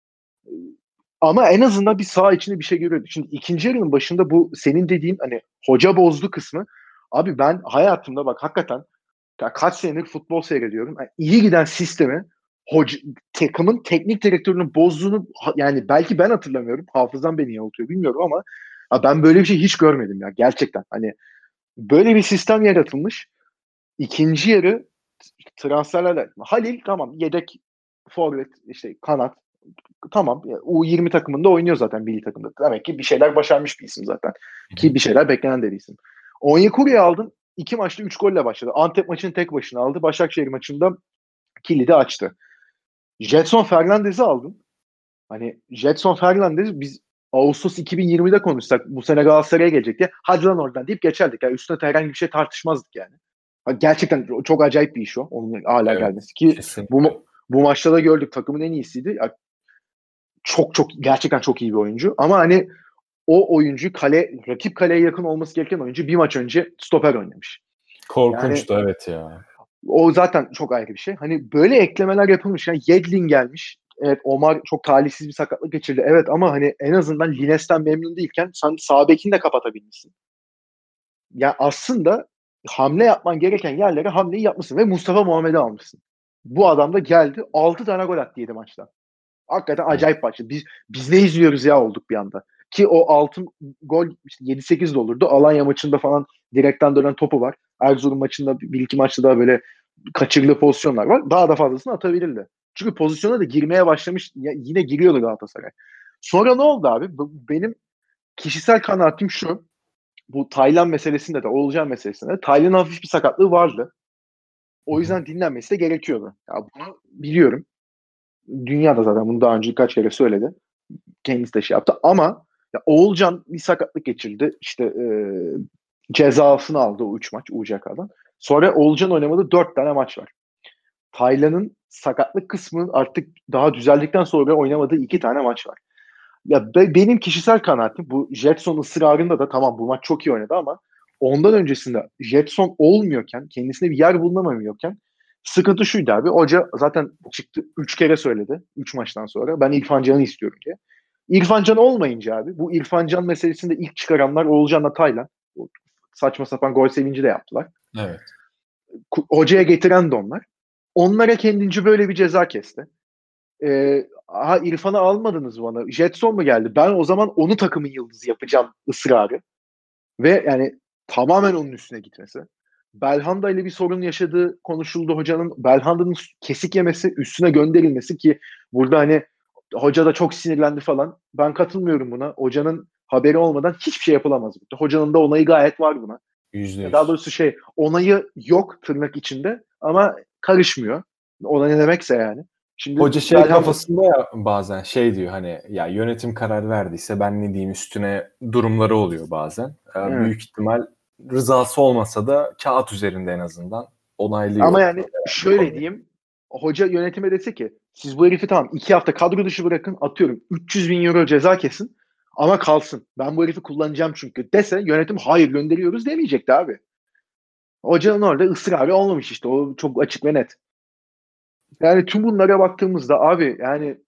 Ama en azından bir saha içinde bir şey görüyorduk. Şimdi ikinci yarının başında bu senin dediğin hani hoca bozdu kısmı. Abi ben hayatımda bak hakikaten ya kaç senedir futbol seyrediyorum. Yani iyi giden sistemi hoca, takımın teknik direktörünün bozduğunu yani belki ben hatırlamıyorum. Hafızam beni yanıltıyor bilmiyorum ama ya ben böyle bir şey hiç görmedim ya gerçekten. Hani böyle bir sistem yaratılmış. İkinci yarı transferlerle Halil tamam yedek forvet işte kanat tamam U yirmi takımında oynuyor zaten milli takımda. Demek ki bir şeyler başarmış bir isim zaten. Ki bir şeyler beklenen de bir isim. Onyekuru'yu aldın. İki maçta üç golle başladı. Antep maçını tek başına aldı. Başakşehir maçında kilidi açtı. Jetson Fernandez'i aldın. Hani Jetson Fernandez biz Ağustos iki bin yirmide konuşsak bu sene Galatasaray'a gelecek diye hadi lan oradan deyip geçerdik. Yani üstüne herhangi bir şey tartışmazdık yani. Gerçekten çok acayip bir iş o. Onun hala evet, gelmesi. Ki bu, bu maçta da gördük. Takımın en iyisiydi. Yani çok çok gerçekten çok iyi bir oyuncu. Ama hani o oyuncu kale rakip kaleye yakın olması gereken oyuncu bir maç önce stoper oynamış. Korkunçtu yani, evet ya. O zaten çok ayrı bir şey. Hani böyle eklemeler yapılmış. Yani Yedlin gelmiş. Evet Omar çok talihsiz bir sakatlık geçirdi. Evet ama hani en azından Lines'ten memnun değilken sen sağ bekini de kapatabilmişsin. Yani aslında hamle yapman gereken yerlere hamleyi yapmışsın ve Mustafa Muhammed'i almışsın. Bu adam da geldi altı tane gol attı yedi maçta. Hakikaten acayip başladı. Biz, biz ne izliyoruz ya olduk bir anda. Ki o altı gol işte yedi sekiz de olurdu. Alanya maçında falan direkten dönen topu var. Erzurum maçında bir iki maçta daha böyle kaçırılı pozisyonlar var. Daha da fazlasını atabilirdi. Çünkü pozisyona da girmeye başlamış. Yine giriyordu Galatasaray. Sonra ne oldu abi? Benim kişisel kanaatim şu. Bu Taylan meselesinde de Oğulcan meselesinde de Taylan'ın hafif bir sakatlığı vardı. O yüzden dinlenmesi de gerekiyordu. Ya bunu biliyorum. Dünya da zaten bunu daha önce kaç kere söyledi. Kendisi de şey yaptı ama ya Oğulcan bir sakatlık geçirdi. İşte e, cezasını aldı o üç maç U C K'dan. Sonra Oğulcan oynamadı dört tane maç var. Taylan'ın sakatlık kısmı artık daha düzeldikten sonra oynamadığı iki tane maç var. Ya be, benim kişisel kanaatim bu Jetson ısrarında da tamam bu maç çok iyi oynadı ama ondan öncesinde Jetson olmuyorken kendisine bir yer bulunamıyorken sıkıntı şuydu abi. Hoca zaten çıktı üç kere söyledi. üç maçtan sonra. Ben İrfan Can'ı istiyorum diye. İrfan Can olmayınca abi bu İrfan Can meselesinde ilk çıkaranlar Oğulcan'la Taylan. Saçma sapan gol sevinci de yaptılar. Evet. Hocaya getiren de onlar. Onlara kendince böyle bir ceza kesti. Ee, ha İrfan'ı almadınız bana. Jetson mu geldi? Ben o zaman onu takımın yıldızı yapacağım ısrarı. Ve yani tamamen onun üstüne gitmesi. Belhanda ile bir sorun yaşadığı konuşuldu hocanın. Belhanda'nın kesik yemesi, üstüne gönderilmesi ki burada hani hoca da çok sinirlendi falan. Ben katılmıyorum buna. Hocanın haberi olmadan hiçbir şey yapılamaz burada. Hocanın da onayı gayet var buna. yüzde yüz. Daha doğrusu şey onayı yok tırnak içinde ama karışmıyor. Ona ne demekse yani. Şimdi hoca şey Belhanda... kafasında ya bazen şey diyor hani ya yönetim karar verdiyse ben ne diyeyim üstüne durumları oluyor bazen. Evet. Büyük ihtimal rızası olmasa da kağıt üzerinde en azından onaylıyor. Ama yani şöyle konuyu. Diyeyim hoca yönetime dese ki siz bu herifi tamam iki hafta kadro dışı bırakın atıyorum üç yüz bin euro ceza kesin ama kalsın. Ben bu herifi kullanacağım çünkü dese yönetim hayır gönderiyoruz demeyecekti abi. Hocanın orada ısrarı olmamış işte o çok açık ve net. Yani tüm bunlara baktığımızda abi yani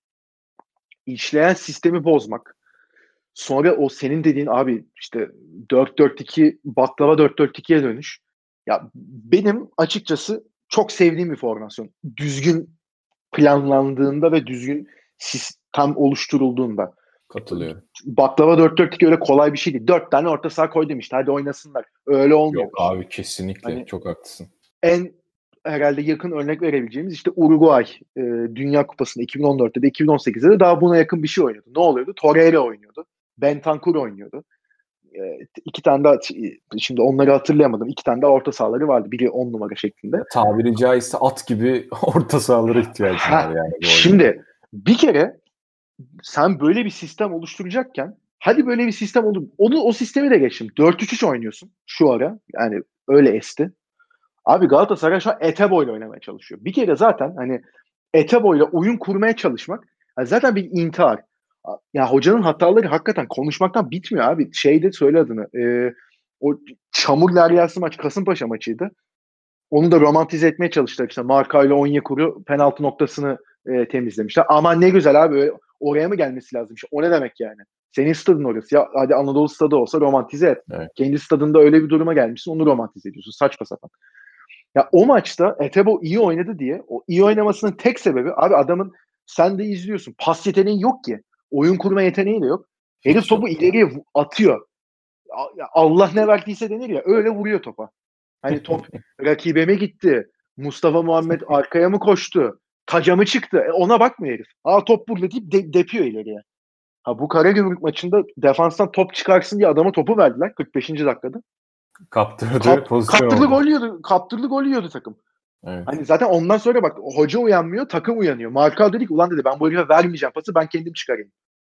işleyen sistemi bozmak. Sonra o senin dediğin abi işte dört dört iki baklava dört dört ikiye dönüş. Ya benim açıkçası çok sevdiğim bir formasyon. Düzgün planlandığında ve düzgün sistem oluşturulduğunda. Katılıyorum. Baklava dört dörtlük öyle kolay bir şey değil. Dört tane orta saha koy demişti. Hadi oynasınlar. Öyle olmuyor. Yok abi kesinlikle. Hani çok haklısın. En herhalde yakın örnek verebileceğimiz işte Uruguay e, Dünya Kupası'nda iki bin on dörtte de iki bin on sekizde de daha buna yakın bir şey oynadı. Ne oluyordu? Torreira oynuyordu. Bentancur oynuyordu. E, iki tane daha şimdi onları hatırlayamadım. İki tane daha orta sahaları vardı. Biri on numara şeklinde. Ya, tabiri caizse at gibi orta sahalara ihtiyacın var yani. Bu şimdi oyunda. bir kere sen böyle bir sistem oluşturacakken hadi böyle bir sistem olur. Onu o sistemi de geçtim. dört üç üç oynuyorsun şu ara. Yani öyle esti. Abi Galatasaray şu an Etebo'yla oynamaya çalışıyor. Bir kere zaten hani Etebo'yla oyun kurmaya çalışmak yani zaten bir intihar. Ya hocanın hataları hakikaten konuşmaktan bitmiyor abi. Şeyde söyle adını. E, o çamur deryası maç Kasımpaşa maçıydı. Onu da romantize etmeye çalıştılar. İşte Marka ile Onyekuru penaltı noktasını e, temizlemişler. Aman ne güzel abi. Oraya mı gelmesi lazım? İşte o ne demek yani? Senin stadın orası. Ya hadi Anadolu stadı olsa romantize et. Evet. Kendi stadında öyle bir duruma gelmişsin. Onu romantize ediyorsun. Saçma sapan. Ya o maçta Etebo iyi oynadı diye o iyi oynamasının tek sebebi abi adamın sen de izliyorsun. Pas yeteneği yok ki. Oyun kurma yeteneği de yok. Herif Hiç topu yok. ileriye atıyor. Allah ne verdiyse denir ya öyle vuruyor topa. Hani top rakibeme gitti. Mustafa Muhammed arkaya mı koştu? Taca mı çıktı? E ona bakmıyor herif. Aa top burada deyip de, depiyor ileriye. Ha bu Karagümrük maçında defanstan top çıkarsın diye adama topu verdiler kırk beşinci dakikada. Kaptırdı Kap, pozisyon kaptırdı oldu. gol yiyordu. Kaptırdı gol yiyordu takım. Evet. Hani zaten ondan sonra bak hoca uyanmıyor, takım uyanıyor. Marka dedi ki ulan dedi ben bu herife vermeyeceğim pası ben kendim çıkarayım.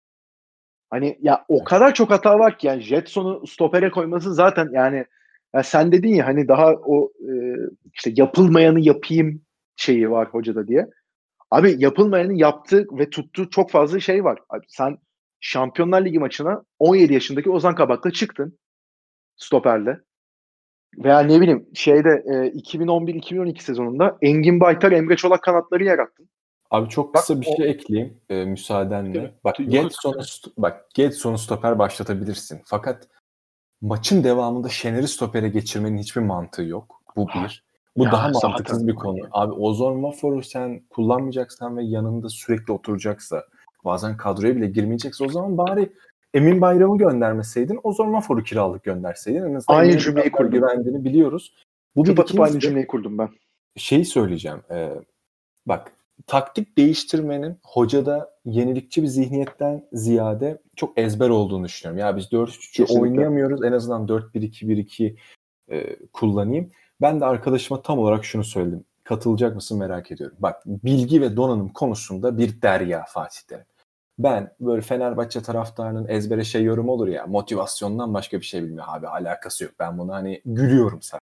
Hani ya o kadar çok hata var ki yani Jetson'u stopere koyması zaten yani ya sen dedin ya hani daha o e, işte yapılmayanı yapayım şeyi var hocada diye. Abi yapılmayanı yaptığı ve tuttuğu çok fazla şey var. Abi sen Şampiyonlar Ligi maçına on yedi yaşındaki Ozan Kabak'la çıktın stoperle. Veya ne bileyim şeyde e, iki bin on bir iki bin on iki sezonunda Engin Baytar, Emre Çolak kanatları yarattın. Abi çok Bak kısa bir o şey ekleyeyim e, müsaadenle. Bak Yok. Getson'u st- bak Getson'u stoper başlatabilirsin. Fakat maçın devamında Şener'i stopere geçirmenin hiçbir mantığı yok. Bu bir. Bu Ya daha zaten mantıksız bir konu. hani. Abi Ozan Vafor'u sen kullanmayacaksan ve yanında sürekli oturacaksa, bazen kadroya bile girmeyecekse o zaman bari Emin Bayram'ı göndermeseydin, Ozan Vafor'u kiralık gönderseydin. En azından Aynı Emin'e cümleyi biraz daha kurdum. güvendiğini biliyoruz. Bu bir. Tıpatıp aynı İkincisi cümleyi kurdum ben. şeyi söyleyeceğim. E, bak taktik değiştirmenin hocada yenilikçi bir zihniyetten ziyade çok ezber olduğunu düşünüyorum. Ya biz dört üç üçü oynayamıyoruz. En azından dört bir iki bir iki e, kullanayım. Ben de arkadaşıma tam olarak şunu söyledim. Katılacak mısın merak ediyorum. Bak bilgi ve donanım konusunda bir derya Fatih Terim. Ben böyle Fenerbahçe taraftarının ezbere şey yorum olur ya, motivasyondan başka bir şey bilmiyor abi, alakası yok. Ben bunu hani gülüyorum sadece.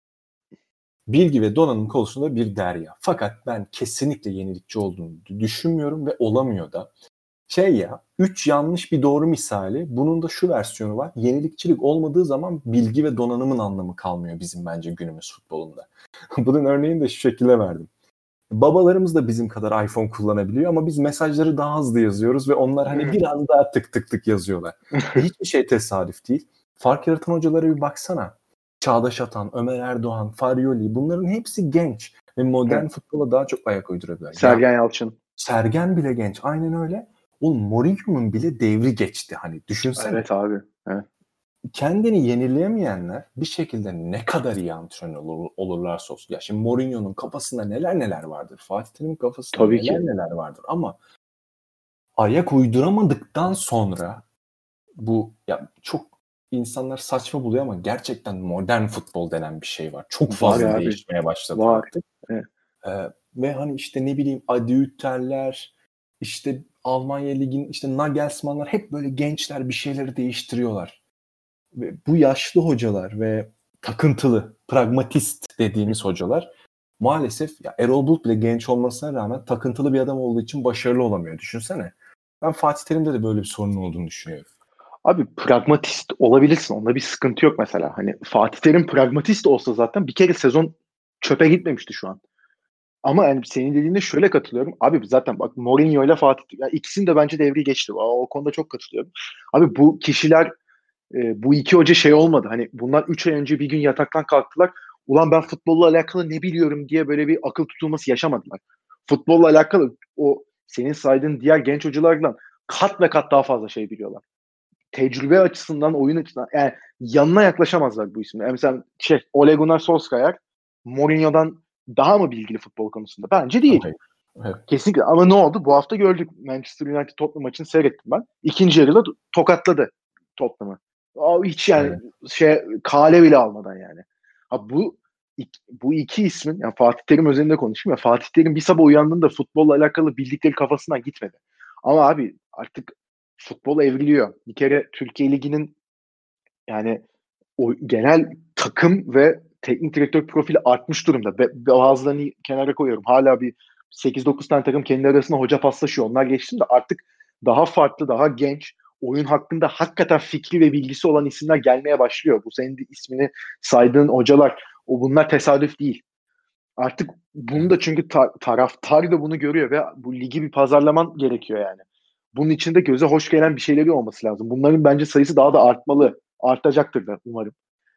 Bilgi ve donanım konusunda bir derya. Fakat ben kesinlikle yenilikçi olduğunu düşünmüyorum ve olamıyor da. Şey ya, üç yanlış bir doğru misali. Bunun da şu versiyonu var. Yenilikçilik olmadığı zaman bilgi ve donanımın anlamı kalmıyor bizim bence günümüz futbolunda. Bunun örneğini de şu şekilde verdim. Babalarımız da bizim kadar iPhone kullanabiliyor ama biz mesajları daha hızlı yazıyoruz ve onlar hani biraz daha tık tık tık yazıyorlar. E hiçbir şey tesadüf değil. Fark yaratan hocalara bir baksana. Çağdaş Atan, Ömer Erdoğan, Farioli, bunların hepsi genç ve modern Evet. futbola daha çok ayak uydurabiliyor. Sergen Yalçın. Sergen bile genç. Aynen öyle. Oğlum Mourinho'nun bile devri geçti. Hani düşünsene. Evet abi. Evet. Kendini yenileyemeyenler bir şekilde ne kadar iyi antrenör olur, olurlarsa olsun. Ya şimdi Mourinho'nun kafasında neler neler vardır. Fatih Terim'in kafasında Tabii neler ki. neler vardır. Ama ayak uyduramadıktan sonra bu ya çok insanlar saçma buluyor ama gerçekten modern futbol denen bir şey var. Çok fazla Var abi. değişmeye başladı Var. artık. Evet. Ee, ve hani işte ne bileyim Adi Hütter'ler, işte Almanya Ligi'nin işte Nagelsmann'lar hep böyle gençler bir şeyleri değiştiriyorlar. Ve bu yaşlı hocalar ve takıntılı, pragmatist dediğimiz hocalar maalesef ya Erol Bulut bile genç olmasına rağmen takıntılı bir adam olduğu için başarılı olamıyor. Düşünsene. Ben Fatih Terim'de de böyle bir sorun olduğunu düşünüyorum. Abi pragmatist olabilirsin. Onda bir sıkıntı yok mesela. Hani Fatih Terim pragmatist olsa zaten bir kere sezon çöpe gitmemişti şu an. Ama yani senin dediğine şöyle katılıyorum. Abi zaten bak Mourinho ile Fatih ya ikisinin de bence devri geçti. O, o konuda çok katılıyorum. Abi bu kişiler e, bu iki hoca şey olmadı. Hani bunlar üç ay önce bir gün yataktan kalktılar. Ulan ben futbolla alakalı ne biliyorum diye böyle bir akıl tutulması yaşamadılar. Futbolla alakalı o senin saydığın diğer genç hocalarla kat ve kat daha fazla şey biliyorlar. Tecrübe açısından, oyun açısından yani yanına yaklaşamazlar bu ismin. Yani mesela şey, Ole Gunnar Solskjaer Mourinho'dan daha mı bilgili futbol konusunda? Bence değil. Hayır. Evet. Kesinlikle. Ama ne oldu? Bu hafta gördük. Manchester United Tottenham maçını seyrettim ben. İkinci yarıda tokatladı Tottenham'ı. Hiç yani Evet. şey kale bile almadan yani. Ha bu bu iki ismin, yani Fatih Terim özelinde konuşayım ya, Fatih Terim bir sabah uyandığında futbolla alakalı bildikleri kafasından gitmedi. Ama abi artık futbol evriliyor. Bir kere Türkiye Ligi'nin yani o genel takım ve teknik direktör profili artmış durumda. Be- bazılarını kenara koyuyorum. Hala bir sekiz dokuz tane takım kendi arasında hoca paslaşıyor. Onlar geçtim de artık daha farklı, daha genç, oyun hakkında hakikaten fikri ve bilgisi olan isimler gelmeye başlıyor. Bu senin de ismini saydığın hocalar, o bunlar tesadüf değil. Artık bunu da çünkü ta- taraftar da bunu görüyor ve bu ligi bir pazarlaman gerekiyor yani. Bunun içinde göze hoş gelen bir şeyleri olması lazım. Bunların bence sayısı daha da artmalı. Artacaktır da umarım.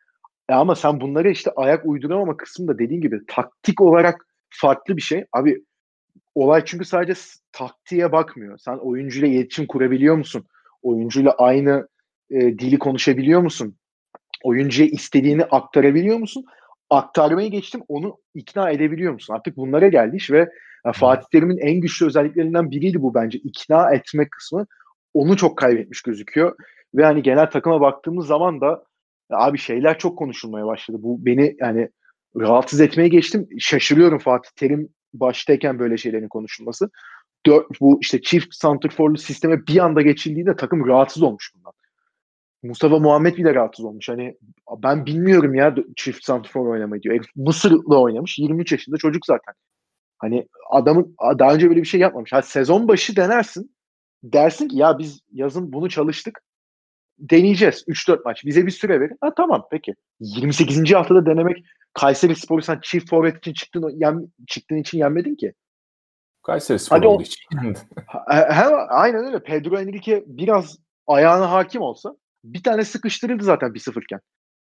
E ama sen bunları işte ayak uyduramama kısmında dediğin gibi taktik olarak farklı bir şey. Abi olay çünkü sadece taktiğe bakmıyor. Sen oyuncuyla iletişim kurabiliyor musun? Oyuncuyla aynı e, dili konuşabiliyor musun? Oyuncuya istediğini aktarabiliyor musun? Aktarmayı geçtim, onu ikna edebiliyor musun? Artık bunlara geldi iş ve yani Fatih Terim'in en güçlü özelliklerinden biriydi bu bence. İkna etme kısmı. Onu çok kaybetmiş gözüküyor. Ve hani genel takıma baktığımız zaman da abi şeyler çok konuşulmaya başladı. Bu beni yani rahatsız etmeye geçtim. Şaşırıyorum Fatih Terim baştayken böyle şeylerin konuşulması. Dört, bu işte çift santrforlu sisteme bir anda geçildiğinde takım rahatsız olmuş bundan. Mustafa Muhammed bile rahatsız olmuş. Hani ben bilmiyorum ya çift santrfor oynamayı diyor. Herif Mısır'la oynamış. yirmi üç yaşında çocuk zaten. Hani adamın daha önce böyle bir şey yapmamış. Ha, sezon başı denersin. Dersin ki ya biz yazın bunu çalıştık. Deneyeceğiz. üç dört maç. Bize bir süre verin. Ha tamam peki. yirmi sekizinci haftada denemek, Kayserispor'u sen çift forvet için çıktığın, yen, çıktığın için yenmedin ki. Kayserispor Hadi olduğu o için. he, aynen öyle. Pedro Henrique biraz ayağına hakim olsa bir tane sıkıştırırdı zaten bir sıfırken.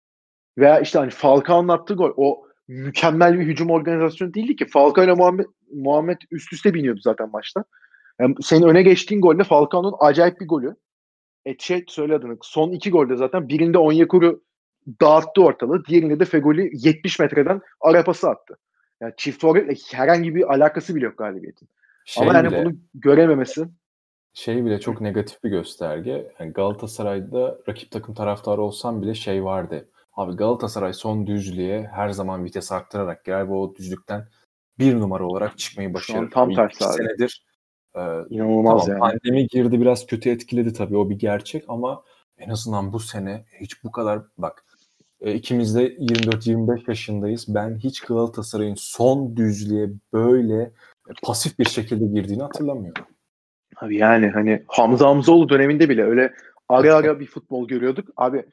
Veya işte hani Falcao'nun attığı gol o mükemmel bir hücum organizasyonu değildi ki. Falcao ile Muhammed, Muhammed üst üste biniyordu zaten maçta. Yani senin öne geçtiğin golle Falcao'nun acayip bir golü. Et şey söyle adını. Son iki golde zaten birinde Onyekuru dağıttı ortalığı. Diğerinde de Fegoli yetmiş metreden ara pası attı. Yani çift forvetle herhangi bir alakası bile yok galibiyetin. Ama Şey yani bile bunu görememesi şey bile çok negatif bir gösterge. Yani Galatasaray'da rakip takım taraftarı olsam bile şey vardı. Abi Galatasaray son düzlüğe her zaman vites arttırarak girer ve o düzlükten bir numara olarak çıkmayı şu an başarır. tam Abi tersi iki abi. senedir e, İnanılmaz tamam yani. pandemi girdi biraz kötü etkiledi tabii o bir gerçek ama en azından bu sene hiç bu kadar bak e, ikimiz de yirmi dört yirmi beş yaşındayız. Ben hiç Galatasaray'ın son düzlüğe böyle e, pasif bir şekilde girdiğini hatırlamıyorum. Abi yani hani Hamza Hamzoğlu döneminde bile öyle ara ara bir futbol görüyorduk. Abi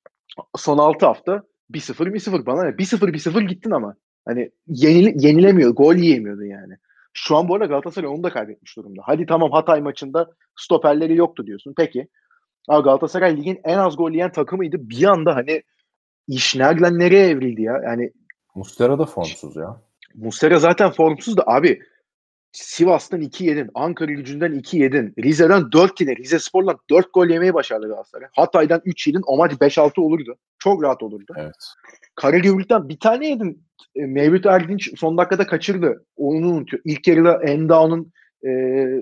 son altı hafta bir sıfır bir sıfır bana ne? bir sıfır bir sıfır gittin ama. Hani yenil, yenilemiyor. Gol yiyemiyordun yani. Şu an bu arada Galatasaray onu da kaybetmiş durumda. Hadi tamam Hatay maçında stoperleri yoktu diyorsun. Peki. Abi Galatasaray ligin en az gol yiyen takımıydı. Bir anda hani iş nereden nereye evrildi ya? Yani Muslera da formsuz ya. Muslera zaten formsuz da abi Sivas'tan iki yedin. Ankara Gücü'nden iki yedin. Rize'den dört yedin. Rize Spor'la dört gol yemeyi başardı Galatasaray. Hatay'dan üç yedin. O maç beş altı olurdu. Çok rahat olurdu. Evet. Karagümrük'ten bir tane yedin. E, Mevlüt Erdinç son dakikada kaçırdı. Onu unutuyor. İlk yarıda Enda'nın e,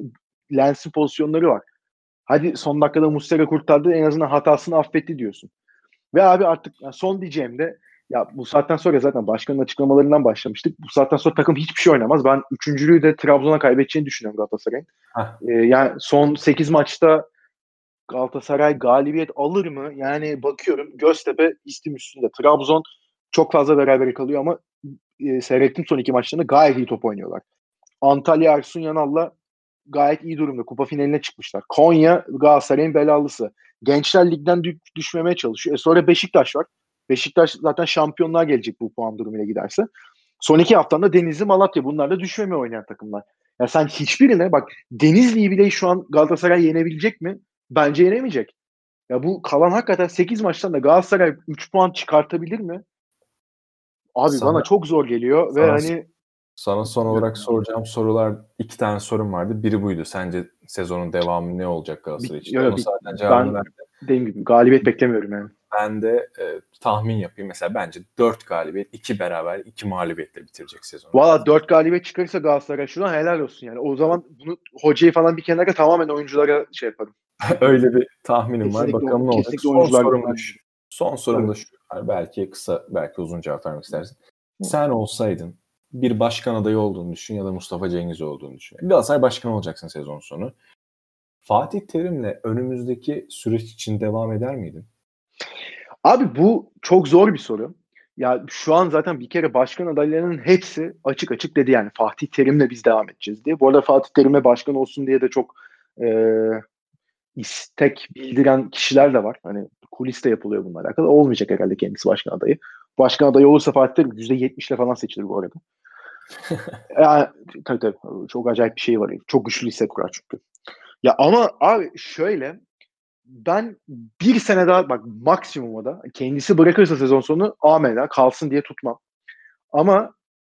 Lens'in pozisyonları var. Hadi son dakikada Muslera kurtardı. En azından hatasını affetti diyorsun. Ve abi artık yani son diyeceğim de ya bu saatten sonra zaten başkanın açıklamalarından başlamıştık. Bu saatten sonra takım hiçbir şey oynamaz. Ben üçüncülüğü de Trabzon'a kaybedeceğini düşünüyorum Galatasaray'ın. Heh. Ee, yani son sekiz maçta Galatasaray galibiyet alır mı? Yani bakıyorum Göztepe istim üstünde. Trabzon çok fazla beraber kalıyor ama e, seyrettim son iki maçlarında gayet iyi top oynuyorlar. Antalya Ersun Yanal'la gayet iyi durumda. Kupa finaline çıkmışlar. Konya Galatasaray'ın belalısı. Gençler Lig'den düşmemeye çalışıyor. E sonra Beşiktaş var. Beşiktaş zaten şampiyonluğa gelecek bu puan durumuyla giderse. Son iki haftamda Denizli, Malatya. Bunlar da düşmemeye oynayan takımlar. Ya sen hiçbirine bak Denizli'yi bile şu an Galatasaray yenebilecek mi? Bence yenemeyecek. Ya bu kalan hakikaten sekiz maçtan da Galatasaray üç puan çıkartabilir mi? Abi bana Sana çok zor geliyor ve sana hani Sana son olarak soracağım sorular, iki tane sorum vardı. Biri buydu. Sence sezonun devamı ne olacak Galatasaray için? Onun zaten cevabını verdi. Dediğim gibi galibiyet beklemiyorum yani. Ben de e, tahmin yapayım. Mesela bence dört galibiyet, iki beraber, iki mağlubiyetle bitirecek sezonu. Valla dört galibiyet çıkarırsa Galatasaray şuna helal olsun yani. O zaman bunu hocayı falan bir kenara, tamamen oyunculara şey yaparım. Öyle bir tahminim Kesinlikle var. Bakalım o, ne olacak. Son sorum da şu. Son sorum da şu. Yani belki kısa, belki uzun cevap vermek istersin. Sen olsaydın, bir başkan adayı olduğunu düşün ya da Mustafa Cengiz olduğunu düşün. Galatasaray başkanı olacaksın sezon sonu. Fatih Terim'le önümüzdeki süreç için devam eder miydin? Abi bu çok zor bir soru. Ya şu an zaten bir kere başkan adaylarının hepsi açık açık dedi yani Fatih Terim'le biz devam edeceğiz diye. Bu arada Fatih Terim'e başkan olsun diye de çok e, istek bildiren kişiler de var. Hani kuliste yapılıyor bununla alakalı. Olmayacak herhalde kendisi başkan adayı. Başkan adayı olursa Fatih Terim yüzde yetmişle falan seçilir bu arada. Yani tabii tabii çok acayip bir şey var. Çok güçlü liste kurar çünkü. Ya ama abi şöyle, ben bir sene daha, bak maksimum da kendisi bırakırsa sezon sonu amenna kalsın diye tutmam. Ama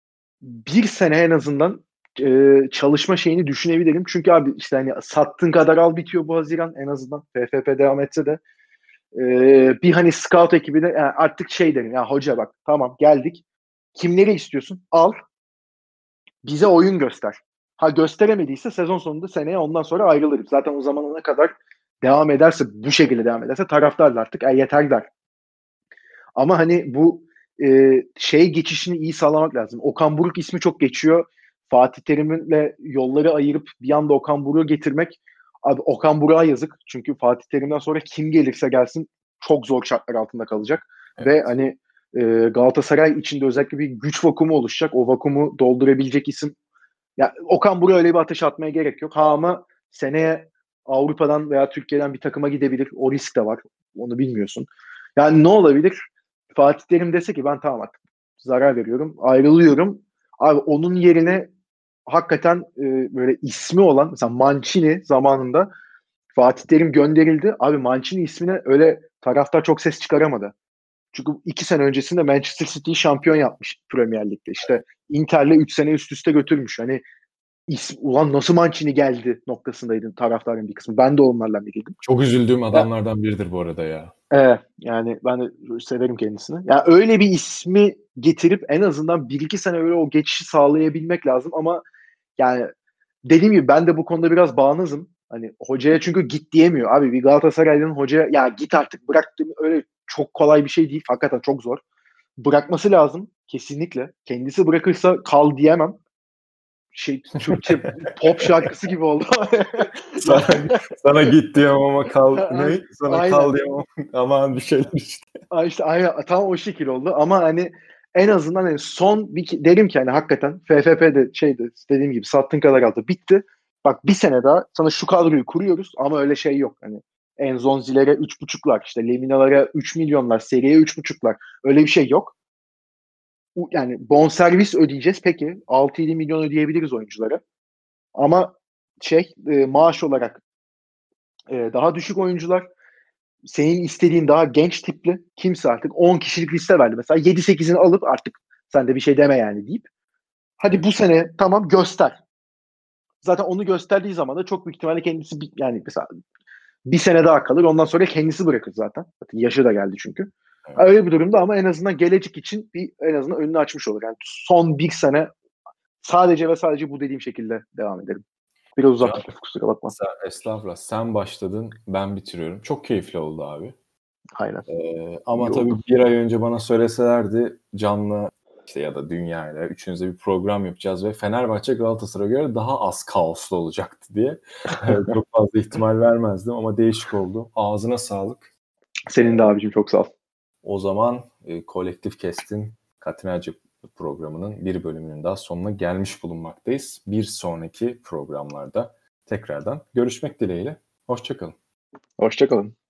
bir sene en azından e, çalışma şeyini düşünebilirim. Çünkü abi işte hani sattığın kadar al bitiyor bu Haziran en azından. F F P devam etse de. E, bir hani scout ekibi de yani artık şey derim ya, hoca bak tamam geldik. Kimleri istiyorsun? Al. Bize oyun göster. Ha gösteremediyse sezon sonunda seneye ondan sonra ayrılırız. Zaten o zamana kadar devam ederse, bu şekilde devam ederse taraftar da artık e, yeter der. Ama hani bu e, şey geçişini iyi sağlamak lazım. Okan Buruk ismi çok geçiyor. Fatih Terim'le yolları ayırıp bir anda Okan Buruk'u getirmek, abi Okan Buruk'a yazık. Çünkü Fatih Terim'den sonra kim gelirse gelsin çok zor şartlar altında kalacak. Evet. Ve hani e, Galatasaray içinde özellikle bir güç vakumu oluşacak. O vakumu doldurabilecek isim, ya Okan Buruk'a öyle bir ateş atmaya gerek yok. Ha ama seneye Avrupa'dan veya Türkiye'den bir takıma gidebilir. O risk de var. Onu bilmiyorsun. Yani ne olabilir? Fatih Terim dese ki ben tamam artık zarar veriyorum, ayrılıyorum. Abi onun yerine hakikaten e, böyle ismi olan mesela Mancini zamanında Fatih Terim gönderildi. Abi Mancini ismine öyle taraftar çok ses çıkaramadı. Çünkü iki sene öncesinde Manchester City'yi şampiyon yapmış Premier Lig'de. İşte Inter'le üç sene üst üste götürmüş. Hani is, ulan nasıl Mancini geldi noktasındaydın taraftarın bir kısmı. Ben de onlarla biriydim. Çok üzüldüğüm adamlardan biridir bu arada ya. Evet, yani ben de severim kendisini. Yani öyle bir ismi getirip en azından bir iki sene öyle o geçişi sağlayabilmek lazım ama yani dediğim gibi ben de bu konuda biraz bağnazım. Hani hocaya çünkü git diyemiyor. Abi bir Galatasaraylı'nın hocaya ya git artık bırak, öyle çok kolay bir şey değil. Hakikaten çok zor. Bırakması lazım kesinlikle. Kendisi bırakırsa kal diyemem. Şey Türkçe pop şarkısı gibi oldu. sana, sana git diyemem ama kal ne? Sana aynen. Kal diyemem aman bir şeyler işte. İşte aynen tam o şekil oldu ama hani en azından hani son bir derim ki hani hakikaten F F P'de şeydi dediğim gibi sattığın kadar aldı bitti. Bak bir sene daha sana şu kadroyu kuruyoruz ama öyle şey yok. Hani Enzonzi'lere üç buçuklar, işte Lemina'lara üç milyonlar, seriye üç buçuklar. Öyle bir şey yok. Yani bonservis ödeyeceğiz. Peki altı yedi milyon ödeyebiliriz oyunculara. Ama şey e, maaş olarak e, daha düşük oyuncular, senin istediğin daha genç tipli kimse artık on kişilik liste verdi. Mesela yedi sekizini alıp artık sen de bir şey deme yani deyip hadi evet. Bu sene tamam göster. Zaten onu gösterdiği zaman da çok büyük ihtimalle kendisi bir, yani mesela bir sene daha kalır. Ondan sonra kendisi bırakır zaten. Zaten yaşı da geldi çünkü. Evet. Öyle bir durumda ama en azından gelecek için bir en azından önünü açmış olur. Yani son bir sene sadece ve sadece bu dediğim şekilde devam edelim. Biraz uzattım, kusura bakma. Estağfurullah. Sen başladın, ben bitiriyorum. Çok keyifli oldu abi. Aynen. Ee, ama İyi tabii oldu. bir ay önce bana söyleselerdi canlı işte ya da dünyayla üçünüze bir program yapacağız ve Fenerbahçe Galatasaray'a göre daha az kaoslu olacaktı diye çok fazla ihtimal vermezdim ama değişik oldu. Ağzına sağlık. Senin de abicim, çok sağ ol. O zaman e, Kolektif Kest'in Katinacı programının bir bölümünün daha sonuna gelmiş bulunmaktayız. Bir sonraki programlarda tekrardan görüşmek dileğiyle. Hoşça kalın. Hoşça kalın.